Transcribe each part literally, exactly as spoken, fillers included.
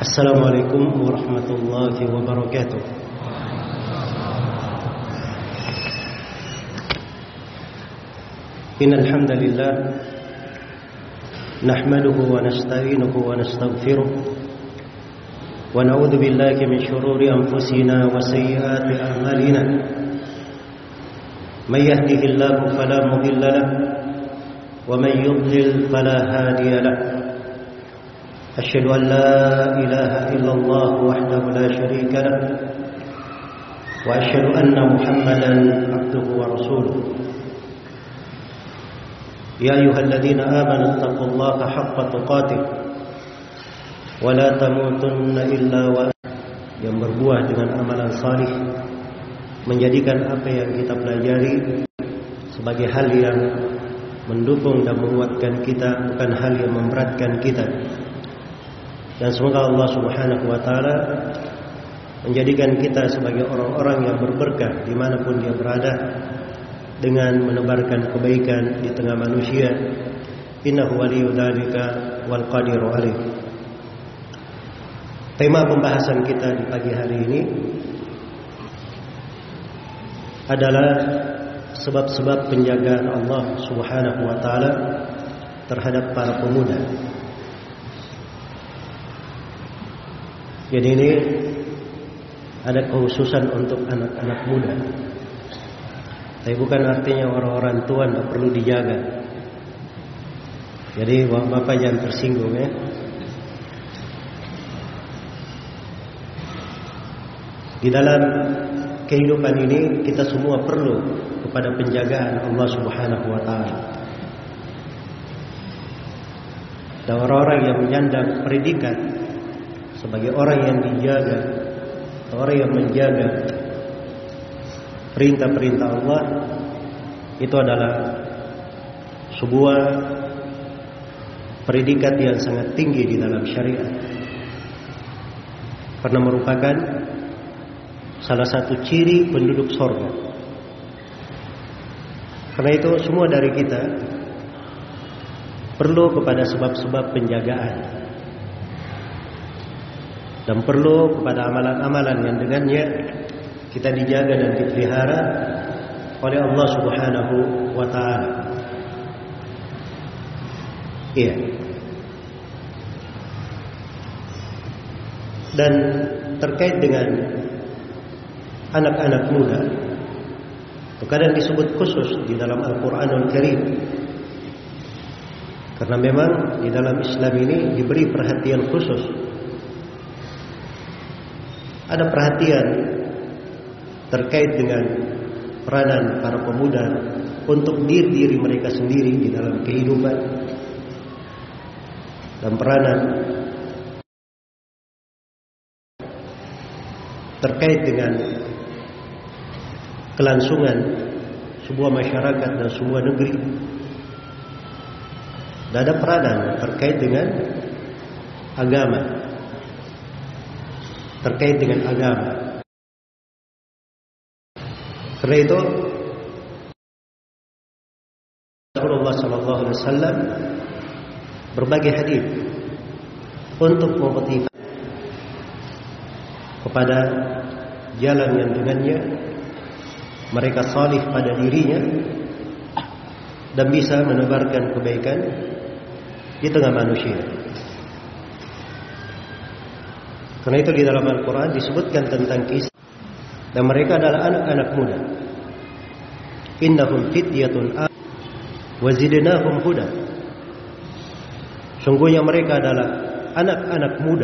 Assalamualaikum warahmatullahi wabarakatuh. Innal hamdalillah nahmaduhu wa nasta'inuhu wa nastaghfiruh wa na'udzu billahi min shururi anfusina wa sayyiati a'malina. May yahdihillahu fala mudilla lahu wa may yudlil fala hadiya lahu. أشهد أن لا إله إلا الله وحده لا شريك له وأشهد أن محمدا عبده ورسوله يا أيها الذين آمنوا اتقوا الله حق تقاته ولا تموتن إلا وأنتم yang berbuah dengan amalan salih, menjadikan apa yang kita pelajari sebagai hal yang mendukung dan menguatkan kita, bukan hal yang memberatkan kita. Dan semoga Allah Subhanahu wa ta'ala menjadikan kita sebagai orang-orang yang berberkah dimanapun dia berada, dengan menebarkan kebaikan di tengah manusia. Innahu waliyyu dzalika wal qadiru alaih. Tema pembahasan kita di pagi hari ini adalah sebab-sebab penjagaan Allah Subhanahu wa ta'ala terhadap para pemuda. Jadi ini ada kekhususan untuk anak-anak muda. Tapi bukan artinya orang-orang tua tidak perlu dijaga. Jadi bapak jangan tersinggung ya. Di dalam kehidupan ini kita semua perlu kepada penjagaan Allah Subhanahu wa ta'ala. Dan orang-orang yang menyandang predikat sebagai orang yang dijaga, orang yang menjaga perintah-perintah Allah, itu adalah sebuah predikat yang sangat tinggi di dalam syariat, karena merupakan salah satu ciri penduduk surga. Karena itu semua dari kita perlu kepada sebab-sebab penjagaan, dan perlu kepada amalan-amalan yang dengannya kita dijaga dan dipelihara oleh Allah Subhanahu wa ta'ala. Iya. Dan terkait dengan anak-anak muda, kadang disebut khusus di dalam Al-Quranul Karim, karena memang di dalam Islam ini diberi perhatian khusus. Ada perhatian terkait dengan peranan para pemuda untuk diri-diri mereka sendiri di dalam kehidupan, dan peranan terkait dengan kelangsungan sebuah masyarakat dan sebuah negeri. Dan ada peranan terkait dengan agama, terkait dengan agama. Karena itu Rasulullah sallallahu alaihi wasallam berbagai hadis untuk memotivasi kepada jalan yang dengannya mereka salih pada dirinya dan bisa menebarkan kebaikan di tengah manusia. Karena itu di dalam Al-Quran disebutkan tentang kisah, dan mereka adalah anak-anak muda. Innahum fityatun wa zidnahum huda. Sungguhnya mereka adalah anak-anak muda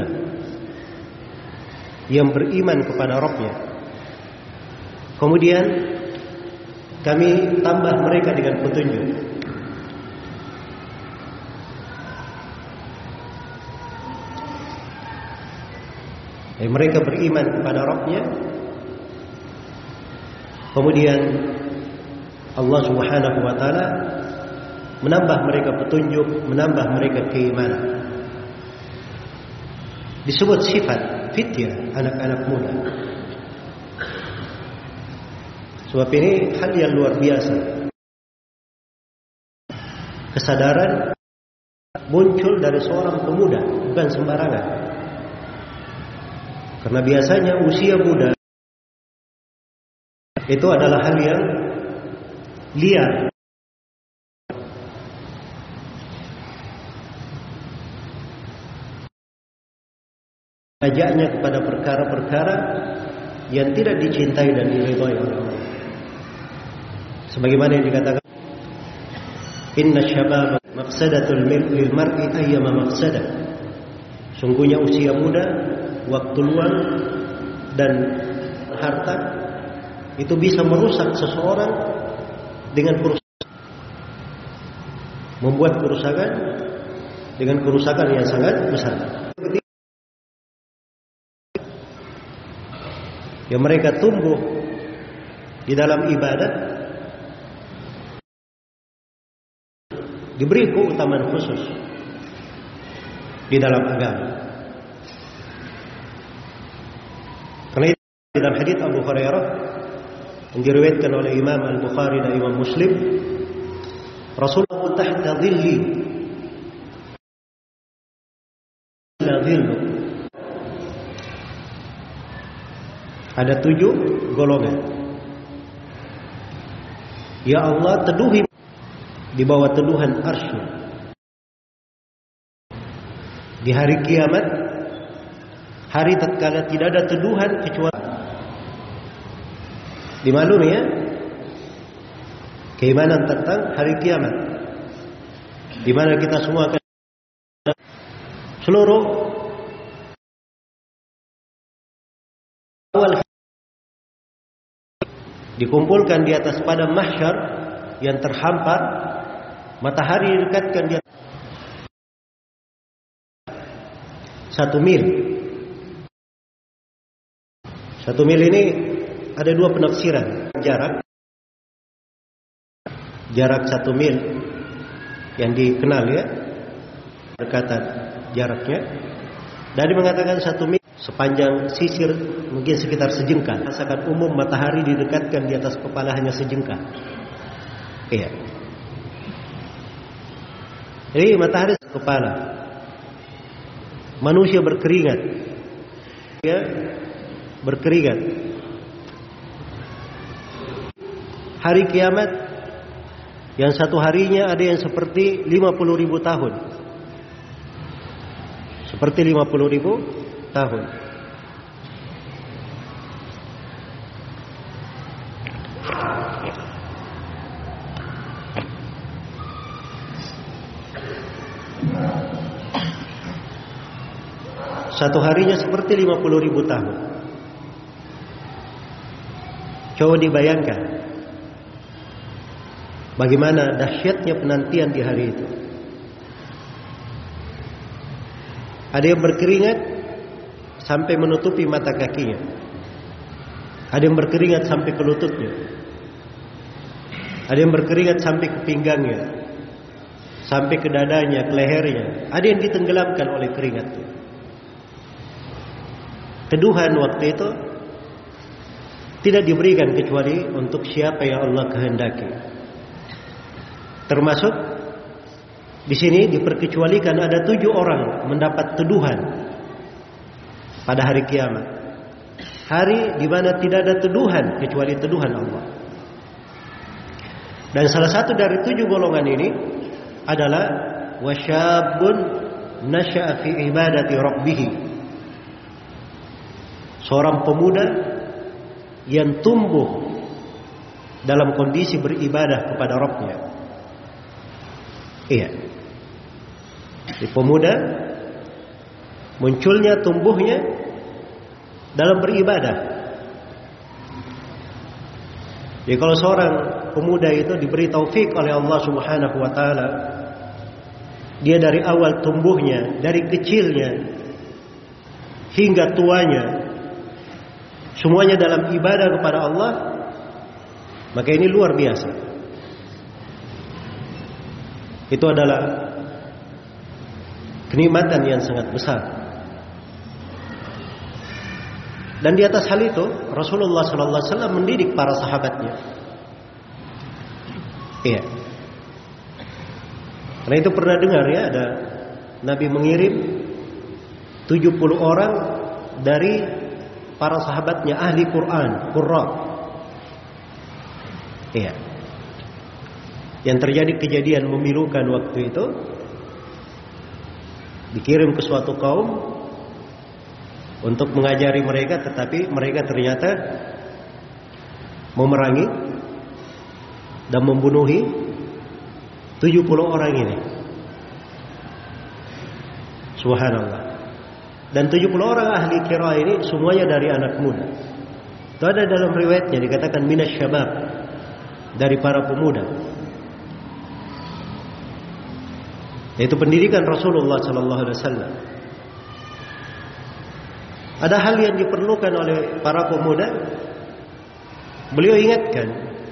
yang beriman kepada Rabb-nya. Kemudian kami tambah mereka dengan petunjuk. Dan mereka beriman kepada Rabb-nya. Kemudian Allah Subhanahu wa ta'ala menambah mereka petunjuk, menambah mereka keimanan. Disebut sifat fityah, anak-anak muda. Sebab ini hal yang luar biasa. Kesadaran muncul dari seorang pemuda, bukan sembarangan. Karena biasanya usia muda itu adalah hal yang liar. Ajaknya kepada perkara-perkara yang tidak dicintai dan diridhai oleh Allah. Sebagaimana yang dikatakan, inna syababa maqsadatul lil mar'i ayyama maqsadah. Sungguhnya usia muda, waktu luang dan harta itu bisa merusak seseorang dengan kerusakan, membuat kerusakan dengan kerusakan yang sangat besar. Yang mereka tumbuh di dalam ibadah diberi keutamaan khusus di dalam agama. Karena itu di dalam hadits Abu Hurairah yang diriwayatkan oleh Imam Al-Bukhari dan Imam Muslim, Rasulullah tahta dhilli la dhillu. Ada tujuh golongan. Ya Allah, teduhi di bawah teduhan arsy. Di hari kiamat, hari tatkala tidak ada teduhan kecuali. Dimaklumi ya, keimanan tentang hari kiamat, di mana kita semua akan seluruh awal dikumpulkan di atas padang mahsyar yang terhampar, matahari didekatkan di atas satu mil. Satu mil ini ada dua penafsiran jarak. Jarak satu mil yang dikenal ya, dekatan jaraknya. Dari mengatakan satu mil sepanjang sisir mungkin sekitar sejengkal. Rasakan umum matahari didekatkan di atas kepala hanya sejengkal. Iya. Jadi matahari kepala. Manusia berkeringat. Ya, berkeringat. Hari kiamat yang satu harinya ada yang seperti lima puluh ribu tahun. Seperti lima puluh ribu tahun. Satu harinya seperti lima puluh ribu tahun. Coba dibayangkan bagaimana dahsyatnya penantian di hari itu. Ada yang berkeringat sampai menutupi mata kakinya. Ada yang berkeringat sampai ke lututnya. Ada yang berkeringat sampai ke pinggangnya, sampai ke dadanya, ke lehernya. Ada yang ditenggelamkan oleh keringat itu. Teduhan waktu itu tidak diberikan kecuali untuk siapa yang Allah kehendaki. Termasuk di sini diperkecualikan ada tujuh orang mendapat teduhan pada hari kiamat. Hari di mana tidak ada teduhan kecuali teduhan Allah. Dan salah satu dari tujuh golongan ini adalah wasyabun nasya'a fi ibadati rabbih. Seorang pemuda yang tumbuh dalam kondisi beribadah kepada Rabbnya. Iya. Di pemuda munculnya, tumbuhnya dalam beribadah. Jadi kalau seorang pemuda itu diberi taufik oleh Allah Subhanahu wa taala, dia dari awal tumbuhnya, dari kecilnya hingga tuanya, semuanya dalam ibadah kepada Allah, maka ini luar biasa. Itu adalah kenikmatan yang sangat besar. Dan di atas hal itu Rasulullah sallallahu alaihi wasallam mendidik para sahabatnya. Iya. Karena itu pernah dengar ya, ada Nabi mengirim tujuh puluh orang dari para sahabatnya ahli Quran, qurra. Iya. Yang terjadi kejadian memilukan waktu itu, dikirim ke suatu kaum untuk mengajari mereka, tetapi mereka ternyata memerangi dan membunuhi tujuh puluh orang ini. Subhanallah. Dan tujuh puluh orang ahli qiraah ini semuanya dari anak muda. Itu ada dalam riwayatnya, dikatakan minas syabab, dari para pemuda. Yaitu pendidikan Rasulullah sallallahu alaihi wasallam. Ada hal yang diperlukan oleh para pemuda. Beliau ingatkan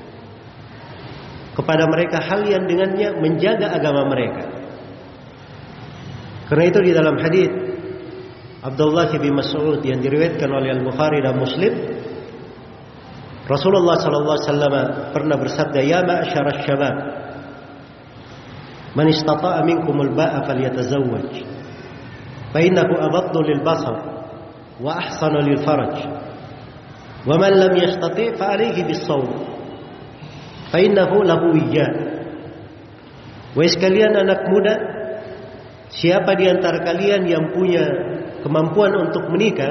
kepada mereka hal yang dengannya menjaga agama mereka. Karena itu di dalam hadis Abdullah bin Mas'ud yang diriwayatkan oleh Al-Bukhari dan Muslim, Rasulullah sallallahu alaihi wasallam pernah bersabda, "Ya ma'syarasy syabab, man istata'a minkumul ba'a falyatazawwaj, fa innahu aghaddu lil basar wa ahsanu lil faraj. Wa man lam yastati' fa alayhi bis shawm, fa innahu lahu wija." Wahai sekalian anak muda, siapa di antara kalian yang punya kemampuan untuk menikah,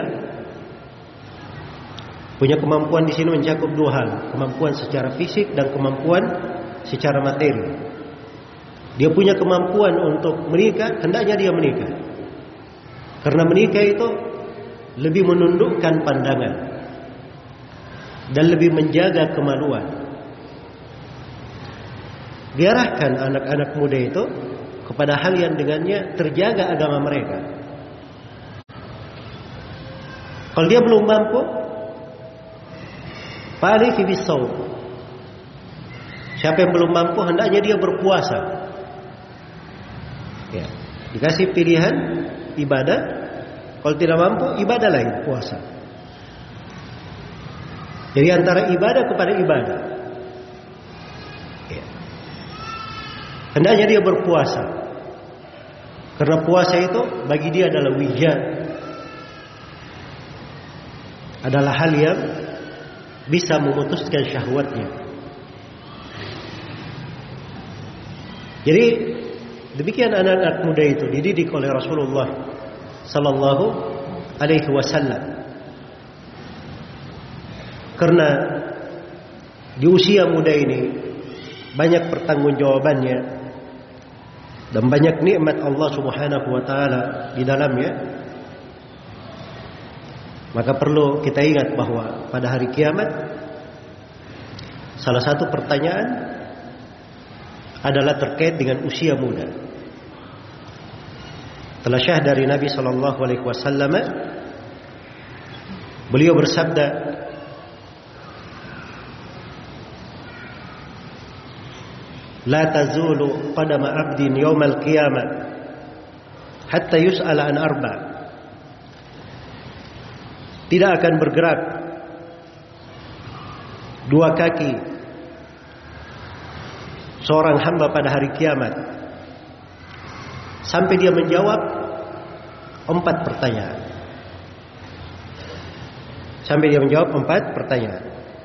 punya kemampuan di sini mencakup dua hal, kemampuan secara fisik dan kemampuan secara materi. Dia punya kemampuan untuk menikah, hendaknya dia menikah. Karena menikah itu lebih menundukkan pandangan dan lebih menjaga kemaluan. Diarahkan anak-anak muda itu kepada hal yang dengannya terjaga agama mereka. Kalau dia belum mampu, fa'alayhi bis-shaum. Siapa yang belum mampu hendaknya dia berpuasa. Ya, dikasih pilihan ibadah. Kalau tidak mampu, ibadah lain, puasa. Jadi antara ibadah kepada ibadah. Ya. Hendaknya dia berpuasa. Karena puasa itu bagi dia adalah wija, adalah hal yang bisa memutuskan syahwatnya. Jadi demikian anak-anak muda itu dididik oleh Rasulullah sallallahu alaihi wasallam. Karena di usia muda ini banyak pertanggungjawabannya dan banyak nikmat Allah Subhanahu wa taala di dalamnya. Maka perlu kita ingat bahwa pada hari kiamat salah satu pertanyaan adalah terkait dengan usia muda. Telah syah dari Nabi sallallahu alaihi wasallam, beliau bersabda, "La tazulu qadama 'abdin yaumal qiyamah hatta yus'ala an arba'." Tidak akan bergerak dua kaki seorang hamba pada hari kiamat sampai dia menjawab empat pertanyaan. Sampai dia menjawab empat pertanyaan.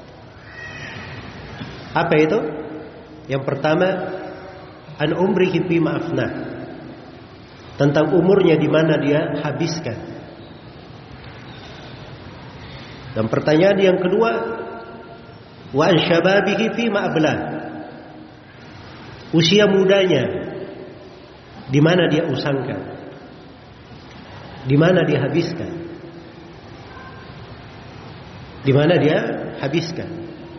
Apa itu? Yang pertama, an umrihi bima afnah. Tentang umurnya di mana dia habiskan. Dan pertanyaan yang kedua, wa an syababihi fima ablah. Usia mudanya di mana dia usangkan, di mana dia habiskan, di mana dia habiskan.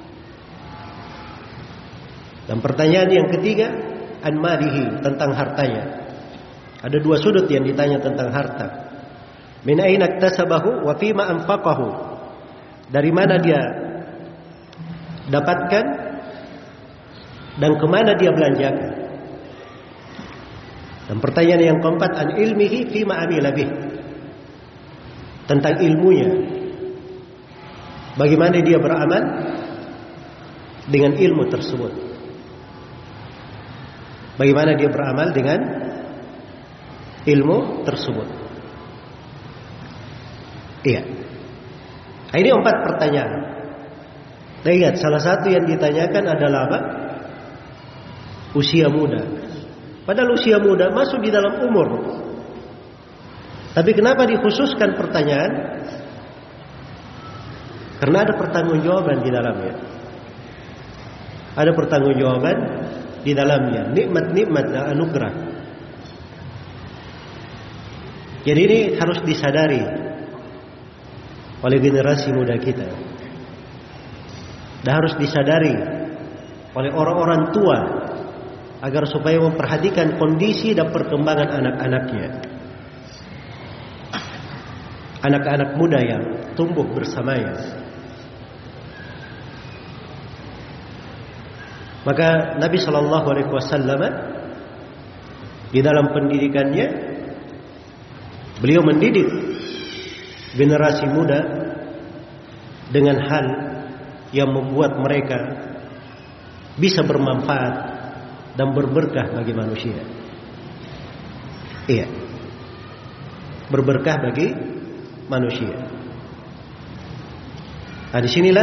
Dan pertanyaan yang ketiga, an malihi, tentang hartanya. Ada dua sudut yang ditanya tentang harta. Min aina iktasabahu wa fima anfaqahu. Dari mana dia dapatkan dan kemana dia belanjakan. Dan pertanyaan yang keempat, an ilmihi fima amila bih. Tentang ilmunya. Bagaimana dia beramal dengan ilmu tersebut. Bagaimana dia beramal dengan ilmu tersebut. Iya. Ini empat pertanyaan. Nah, ingat, salah satu yang ditanyakan adalah apa? Usia muda. Padahal usia muda masuk di dalam umur. Tapi kenapa dikhususkan pertanyaan? Karena ada pertanggungjawaban di dalamnya. Ada pertanggungjawaban di dalamnya. Nikmat-nikmat dan anugerah. Jadi ini harus disadari oleh generasi muda kita. Dan harus disadari oleh orang-orang tua agar supaya memperhatikan kondisi dan perkembangan anak-anaknya. Anak-anak muda yang tumbuh bersamanya. Maka Nabi Shallallahu Alaihi Wasallam di dalam pendidikannya, beliau mendidik generasi muda dengan hal yang membuat mereka bisa bermanfaat dan berberkah bagi manusia. Iya, berberkah bagi manusia. Nah, disinilah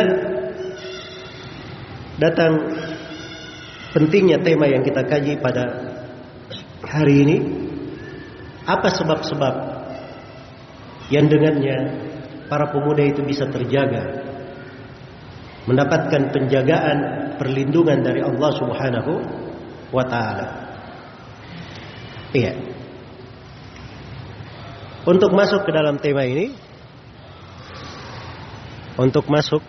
datang pentingnya tema yang kita kaji pada hari ini. Apa sebab-sebab yang dengannya para pemuda itu bisa terjaga, mendapatkan penjagaan, perlindungan dari Allah Subhanahu wa ta'ala. Iya. Untuk masuk ke dalam tema ini, untuk masuk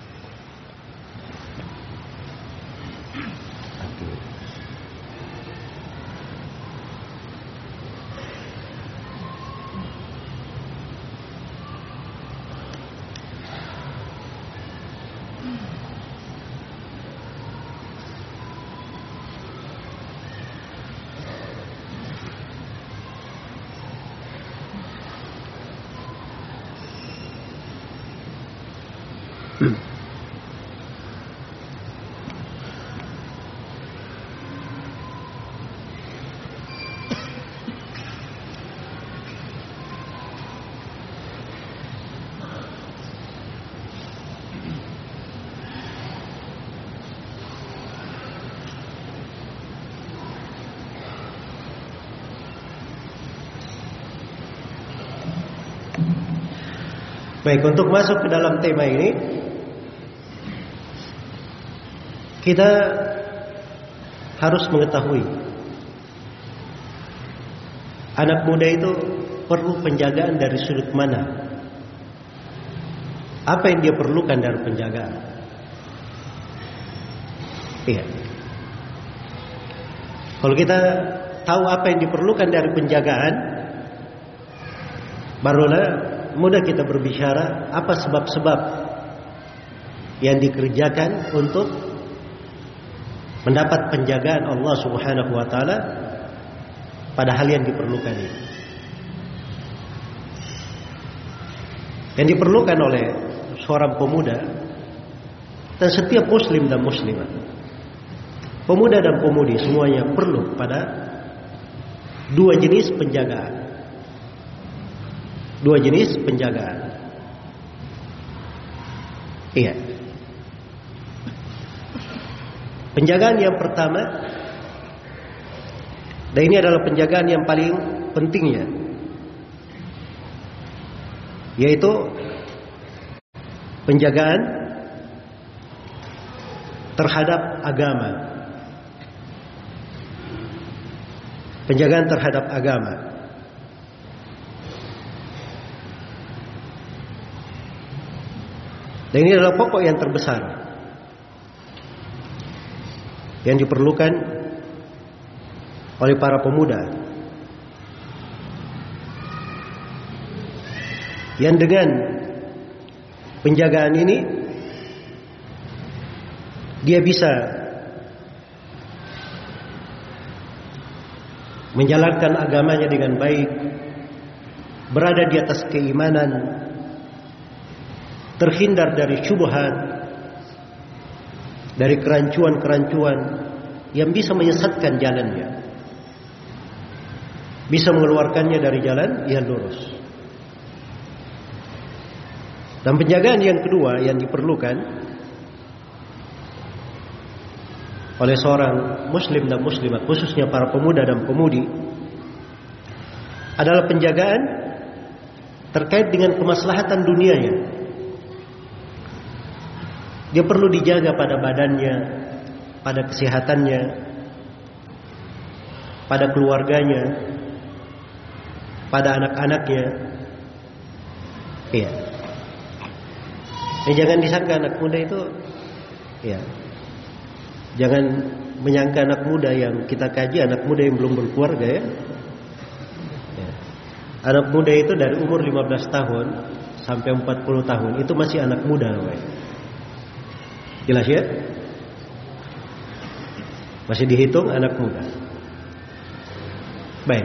baik, untuk masuk ke dalam tema ini, kita harus mengetahui anak muda itu perlu penjagaan dari sudut mana. Apa yang dia perlukan dari penjagaan? Iya. Kalau kita tahu apa yang diperlukan dari penjagaan, barulah mudah kita berbicara apa sebab-sebab yang dikerjakan untuk mendapat penjagaan Allah Subhanahu wa ta'ala pada hal yang diperlukan ini. Yang diperlukan oleh seorang pemuda dan setiap muslim dan muslimah, pemuda dan pemudi semuanya perlu pada dua jenis penjagaan. Dua jenis penjagaan. Iya. Penjagaan yang pertama, dan ini adalah penjagaan yang paling pentingnya, yaitu penjagaan terhadap agama. Penjagaan terhadap agama. Dan ini adalah pokok yang terbesar yang diperlukan oleh para pemuda, yang dengan penjagaan ini dia bisa menjalankan agamanya dengan baik, berada di atas keimanan, terhindar dari syubhat, dari kerancuan-kerancuan yang bisa menyesatkan jalannya, bisa mengeluarkannya dari jalan yang lurus. Dan penjagaan yang kedua yang diperlukan oleh seorang muslim dan muslimat, khususnya para pemuda dan pemudi, adalah penjagaan terkait dengan kemaslahatan dunianya. Dia perlu dijaga pada badannya, pada kesehatannya, pada keluarganya, pada anak-anaknya. Iya. Ya, jangan disangka anak muda itu, ya, jangan menyangka anak muda yang kita kaji anak muda yang belum berkeluarga ya. Ya. Anak muda itu dari umur lima belas tahun sampai empat puluh tahun itu masih anak muda namanya. Jelas ya? Masih dihitung anak muda. Baik.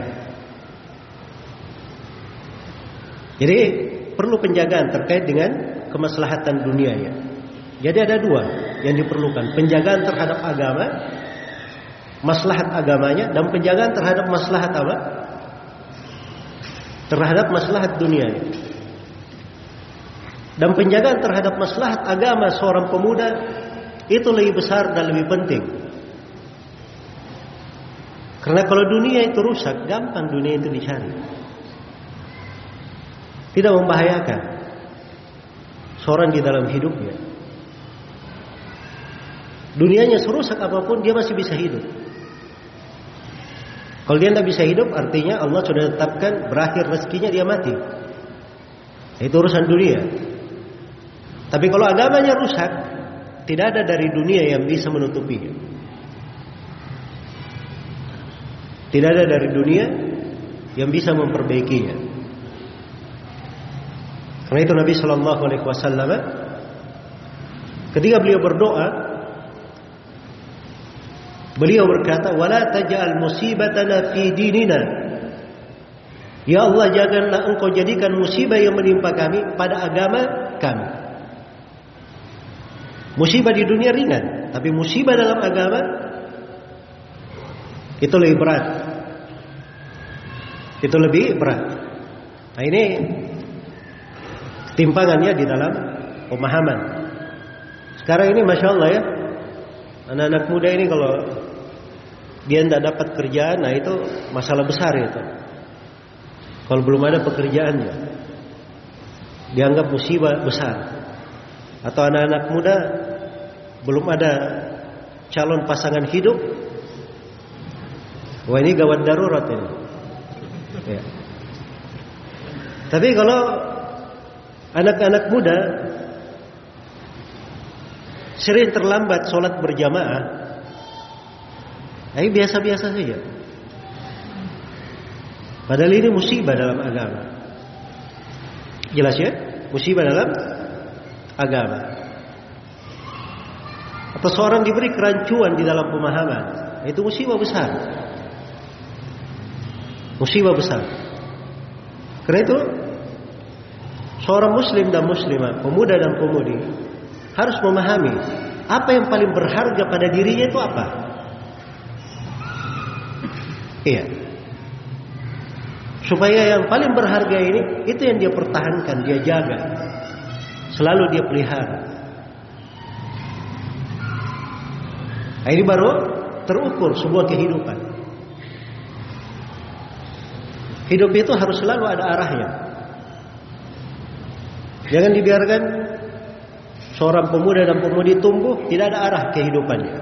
Jadi perlu penjagaan terkait dengan kemaslahatan dunianya. Jadi ada dua yang diperlukan, penjagaan terhadap agama, maslahat agamanya, dan penjagaan terhadap maslahat apa? Terhadap maslahat dunianya. Dan penjagaan terhadap maslahat agama seorang pemuda itu lebih besar dan lebih penting. Karena kalau dunia itu rusak, gampang dunia itu dicari. Tidak membahayakan seorang di dalam hidupnya. Dunianya serusak apapun dia masih bisa hidup. Kalau dia tidak bisa hidup, artinya Allah sudah tetapkan berakhir rezekinya dia mati. Itu urusan dunia. Tapi kalau agamanya rusak, tidak ada dari dunia yang bisa menutupinya. Tidak ada dari dunia yang bisa memperbaikinya. Karena itu Nabi Shallallahu Alaihi Wasallam ketika beliau berdoa, beliau berkata, "Wala taj'al musibatana fi dinina." Ya Allah, janganlah Engkau jadikan musibah yang menimpa kami pada agama kami. Musibah di dunia ringan, tapi musibah dalam agama itu lebih berat. Itu lebih berat. Nah ini ketimpangannya di dalam pemahaman. Sekarang ini Masya Allah ya, anak-anak muda ini kalau dia tidak dapat kerjaan, nah itu masalah besar itu. Kalau belum ada pekerjaannya, dianggap musibah besar. Atau anak-anak muda belum ada calon pasangan hidup, wah ini gawat darurat ini. Ya. Tapi kalau anak-anak muda sering terlambat sholat berjamaah, ini biasa-biasa saja. Padahal ini musibah dalam agama. Jelas ya? Musibah dalam agama. Atau seorang diberi kerancuan di dalam pemahaman, itu musibah besar. Musibah besar. Karena itu seorang muslim dan muslimah, pemuda dan pemudi harus memahami apa yang paling berharga pada dirinya itu apa. Iya. Supaya yang paling berharga ini itu yang dia pertahankan, dia jaga, selalu dia pelihara. Nah, ini baru terukur sebuah kehidupan. Hidup itu harus selalu ada arahnya. Jangan dibiarkan seorang pemuda dan pemudi tumbuh tidak ada arah kehidupannya.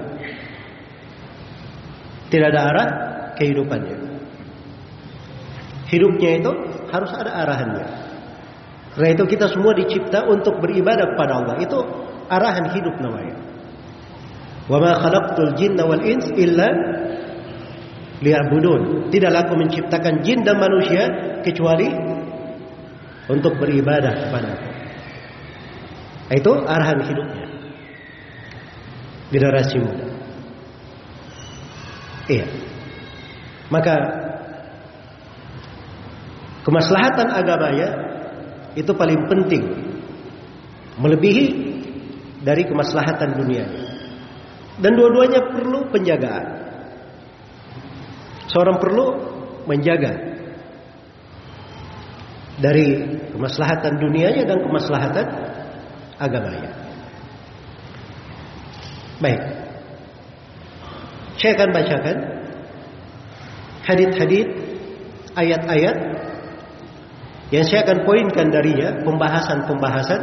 Tidak ada arah kehidupannya. Hidupnya itu harus ada arahannya. Karena itu kita semua dicipta untuk beribadah kepada Allah. Itu arahan hidup namanya. Wa ma khalaqtul jinna wal ins illa liya'budun. Tidaklah aku menciptakan jin dan manusia kecuali untuk beribadah kepada Aku. Itu arahan hidupnya generasi muda. Iya. Maka kemaslahatan agamanya itu paling penting, melebihi dari kemaslahatan dunia. Dan dua-duanya perlu penjagaan. Seorang perlu menjaga dari kemaslahatan dunianya dan kemaslahatan agamanya. Baik, saya akan bacakan hadits-hadits, ayat-ayat yang saya akan poinkan darinya pembahasan-pembahasan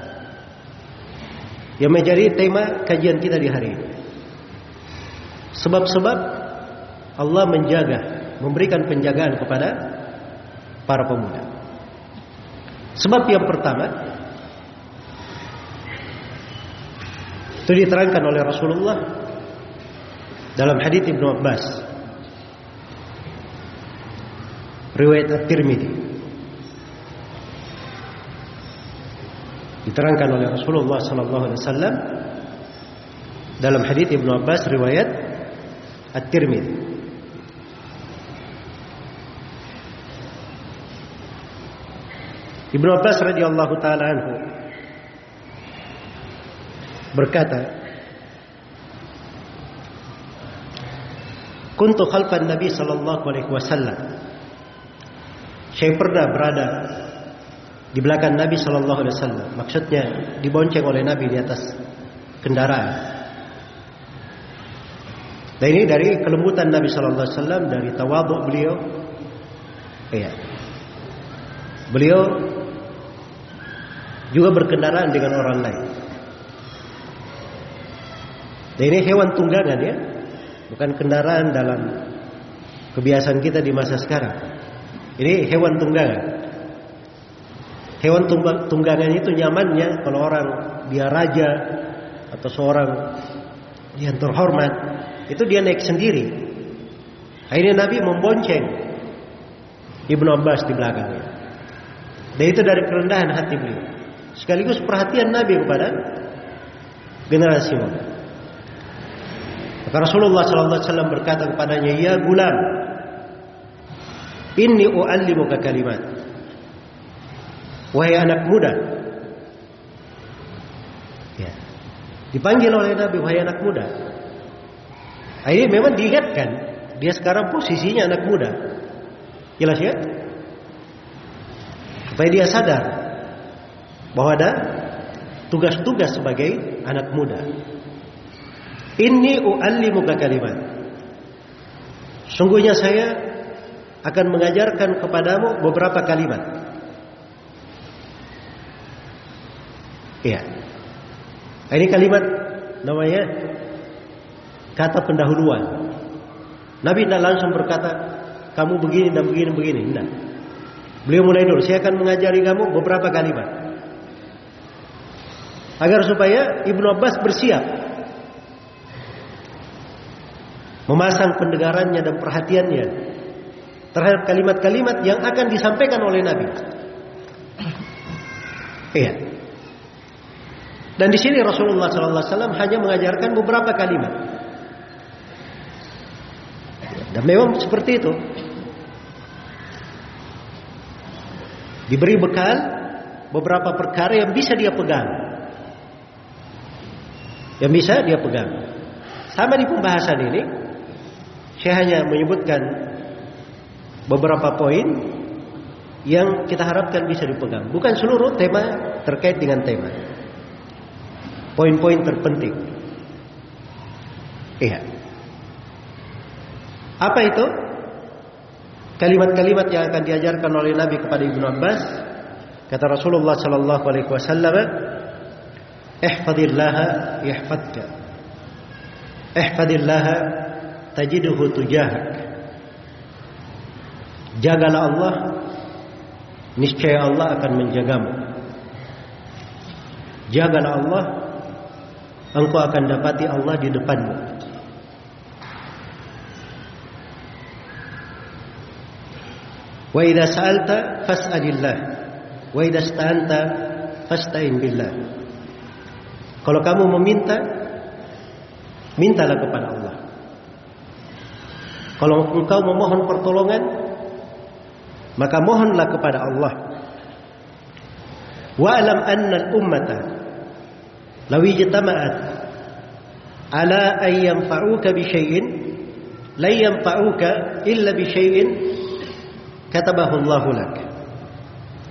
yang menjadi tema kajian kita di hari ini. Sebab-sebab Allah menjaga, memberikan penjagaan kepada para pemuda. Sebab yang pertama itu diterangkan oleh Rasulullah dalam hadits Ibnu Abbas, riwayat At-Tirmidzi. Diterangkan oleh Rasulullah sallallahu alaihi wasallam dalam hadits Ibnu Abbas riwayat At-Tirmidzi. Ibnu Abbas radhiyallahu taala anhu berkata, "Kuntu khalfan Nabi sallallahu alaihi wasallam." Saya pernah berada di belakang Nabi sallallahu alaihi wasallam. Maksudnya dibonceng oleh Nabi di atas kendaraan. Dan ini dari kelembutan Nabi sallallahu alaihi wasallam, dari tawadhu beliau. Iya. Beliau juga berkendaraan dengan orang lain. Dan ini hewan tunggangan ya, bukan kendaraan dalam kebiasaan kita di masa sekarang. Ini hewan tunggangan. Hewan tunggangan itu nyamannya kalau orang dia raja atau seorang yang terhormat, itu dia naik sendiri. Akhirnya Nabi membonceng Ibnu Abbas di belakangnya. Dan itu dari kerendahan hati beliau, sekaligus perhatian Nabi kepada generasi muda. Maka Rasulullah sallallahu alaihi wasallam berkata kepadanya, "Ya gulam, inni u'allimuka kalimat." Wahai anak muda. Ya. Dipanggil oleh Nabi, wahai anak muda. Ini memang diingatkan, dia sekarang posisinya anak muda. Jelas ya? Supaya dia sadar bahwa ada tugas-tugas sebagai anak muda. Inni u'allimuka kalimat. Sungguhnya saya akan mengajarkan kepadamu beberapa kalimat. Iya. Ini kalimat namanya kata pendahuluan. Nabi tidak langsung berkata, kamu begini dan begini begini. Tidak. Beliau mulai dulu, saya akan mengajari kamu beberapa kalimat, agar supaya Ibnu Abbas bersiap, memasang pendengarannya dan perhatiannya terhadap kalimat-kalimat yang akan disampaikan oleh Nabi. Iya. Dan di sini Rasulullah sallallahu alaihi wasallam hanya mengajarkan beberapa kalimat. Dan memang seperti itu. Diberi bekal beberapa perkara yang bisa dia pegang. Yang bisa dia pegang. Sama di pembahasan ini, saya hanya menyebutkan beberapa poin yang kita harapkan bisa dipegang. Bukan seluruh tema terkait dengan tema. Poin-poin terpenting. Iya. Apa itu? Kalimat-kalimat yang akan diajarkan oleh Nabi kepada Ibnu Abbas. Kata Rasulullah sallallahu alaihi wasallam, "Ihfazillaha yahfazka. Ihfazillaha tajiduhu tujahak." Jagalah Allah, niscaya Allah akan menjagamu. Jagalah Allah, engkau akan dapati Allah di depanmu. Wa idza sa'alta fas'alillah, wa idza ista'anta fasta'in billah. Kalau kamu meminta, mintalah kepada Allah. Kalau engkau memohon pertolongan, maka mohonlah kepada Allah. Wa alam anna al-ummata law ijtama'at ala an yanfa'uka bi syai'in la yanfa'uka illa bi syai'in katabahu Allahu lak.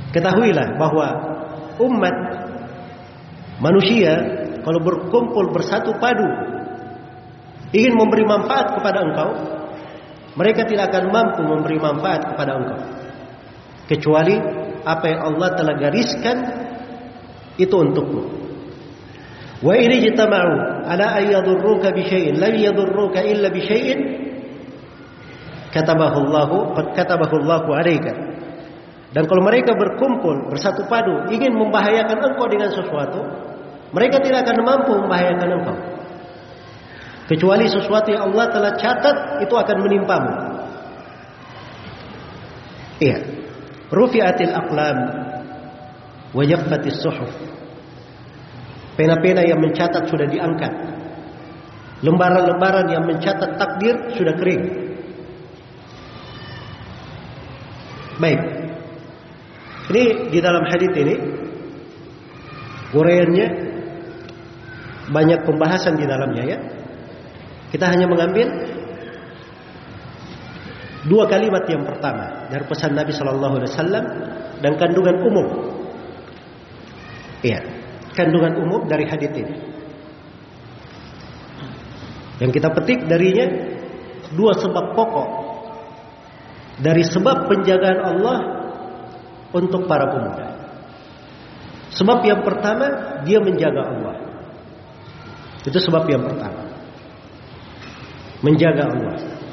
Ketahuilah bahwa umat manusia kalau berkumpul bersatu padu ingin memberi manfaat kepada engkau, mereka tidak akan mampu memberi manfaat kepada engkau kecuali apa yang Allah telah gariskan itu untukmu. Wa in ijtama'u ala an yadurruka bi syai'in lam yadurruka illa bi syai'in katabahu Allahu qad katabahu Allahu 'alaika. Dan kalau mereka berkumpul bersatu padu ingin membahayakan engkau dengan sesuatu, mereka tidak akan mampu membahayakan engkau kecuali sesuatu yang Allah telah catat itu akan menimpamu. Iya. Rufi'atil aqlam wa jaffatis suhuf. Pena-pena yang mencatat sudah diangkat. Lembaran-lembaran yang mencatat takdir sudah kering. Baik. Ini di dalam hadis ini uraiannya banyak pembahasan di dalamnya ya. Kita hanya mengambil dua kalimat yang pertama dari pesan Nabi Shallallahu Alaihi Wasallam dan kandungan umum. Iya, kandungan umum dari hadis ini. Yang kita petik darinya dua sebab pokok dari sebab penjagaan Allah untuk para pemuda. Sebab yang pertama, dia menjaga Allah. Itu sebab yang pertama. Menjaga Allah.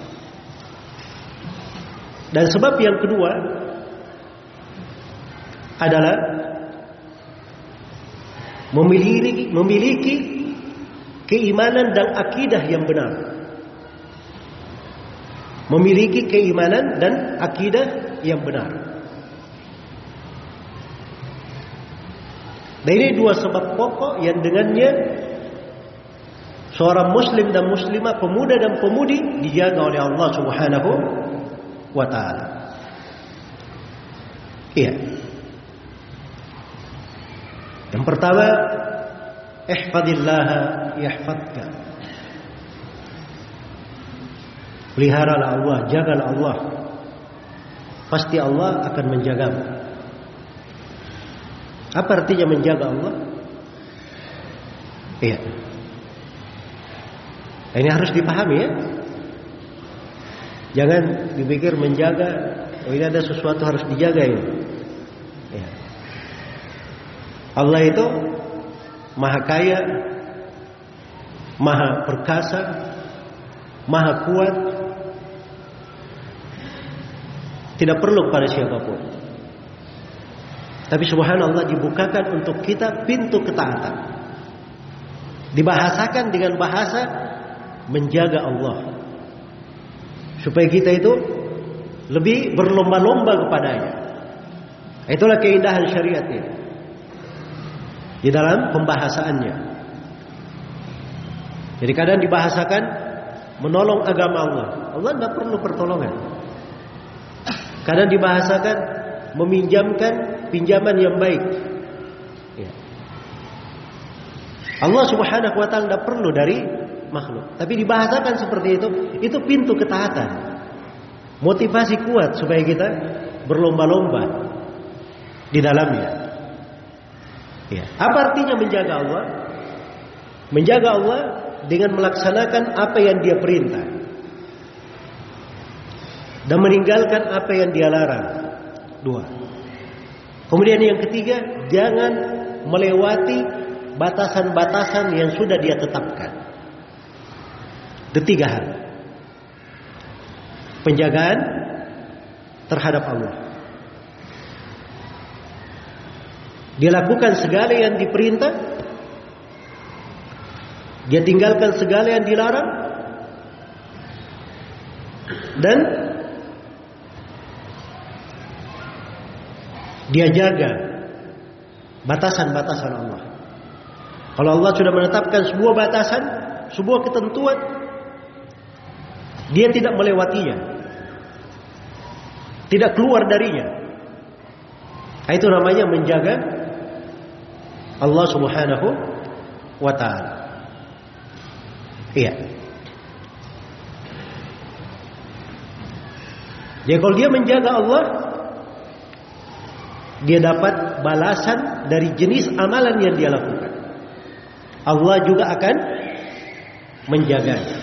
Dan sebab yang kedua adalah memiliki, memiliki keimanan dan akidah yang benar. Memiliki keimanan dan akidah yang benar. Dan ini dua sebab pokok yang dengannya seorang muslim dan muslimah, pemuda dan pemudi dijaga oleh Allah Subhanahu wa ta'ala. Iya. Yang pertama, ihfadillaha yahfadka. Peliharalah Allah, jagalah Allah. Pasti Allah akan menjagamu. Apa artinya menjaga Allah? Iya. Ini harus dipahami ya. Jangan dipikir menjaga, oh ini ada sesuatu harus dijaga ini. Ya. Allah itu maha kaya, maha perkasa, maha kuat, tidak perlu pada siapapun. Tapi subhanallah dibukakan untuk kita pintu ketaatan. Dibahasakan dengan bahasa menjaga Allah. Supaya kita itu lebih berlomba-lomba kepadanya. Itulah keindahan syariat ini. Di dalam pembahasaannya. Jadi kadang dibahasakan menolong agama Allah. Allah tidak perlu pertolongan. Kadang dibahasakan meminjamkan pinjaman yang baik. Ya. Allah Subhanahu wa ta'ala tidak perlu dari makhluk. Tapi dibahasakan seperti itu, itu pintu ketaatan. Motivasi kuat supaya kita berlomba-lomba di dalamnya. Ya. Apa artinya menjaga Allah? Menjaga Allah dengan melaksanakan apa yang Dia perintah dan meninggalkan apa yang Dia larang. Dua. Kemudian yang ketiga, jangan melewati batasan-batasan yang sudah Dia tetapkan. Ketiga hal. Penjagaan terhadap Allah. Dia lakukan segala yang diperintah, dia tinggalkan segala yang dilarang, dan dia jaga batasan-batasan Allah. Kalau Allah sudah menetapkan sebuah batasan, sebuah ketentuan, dia tidak melewatinya, tidak keluar darinya. Itu namanya menjaga Allah Subhanahu wa ta'ala. Iya. Jadi kalau dia menjaga Allah, dia dapat balasan dari jenis amalan yang dia lakukan. Allah juga akan menjaganya.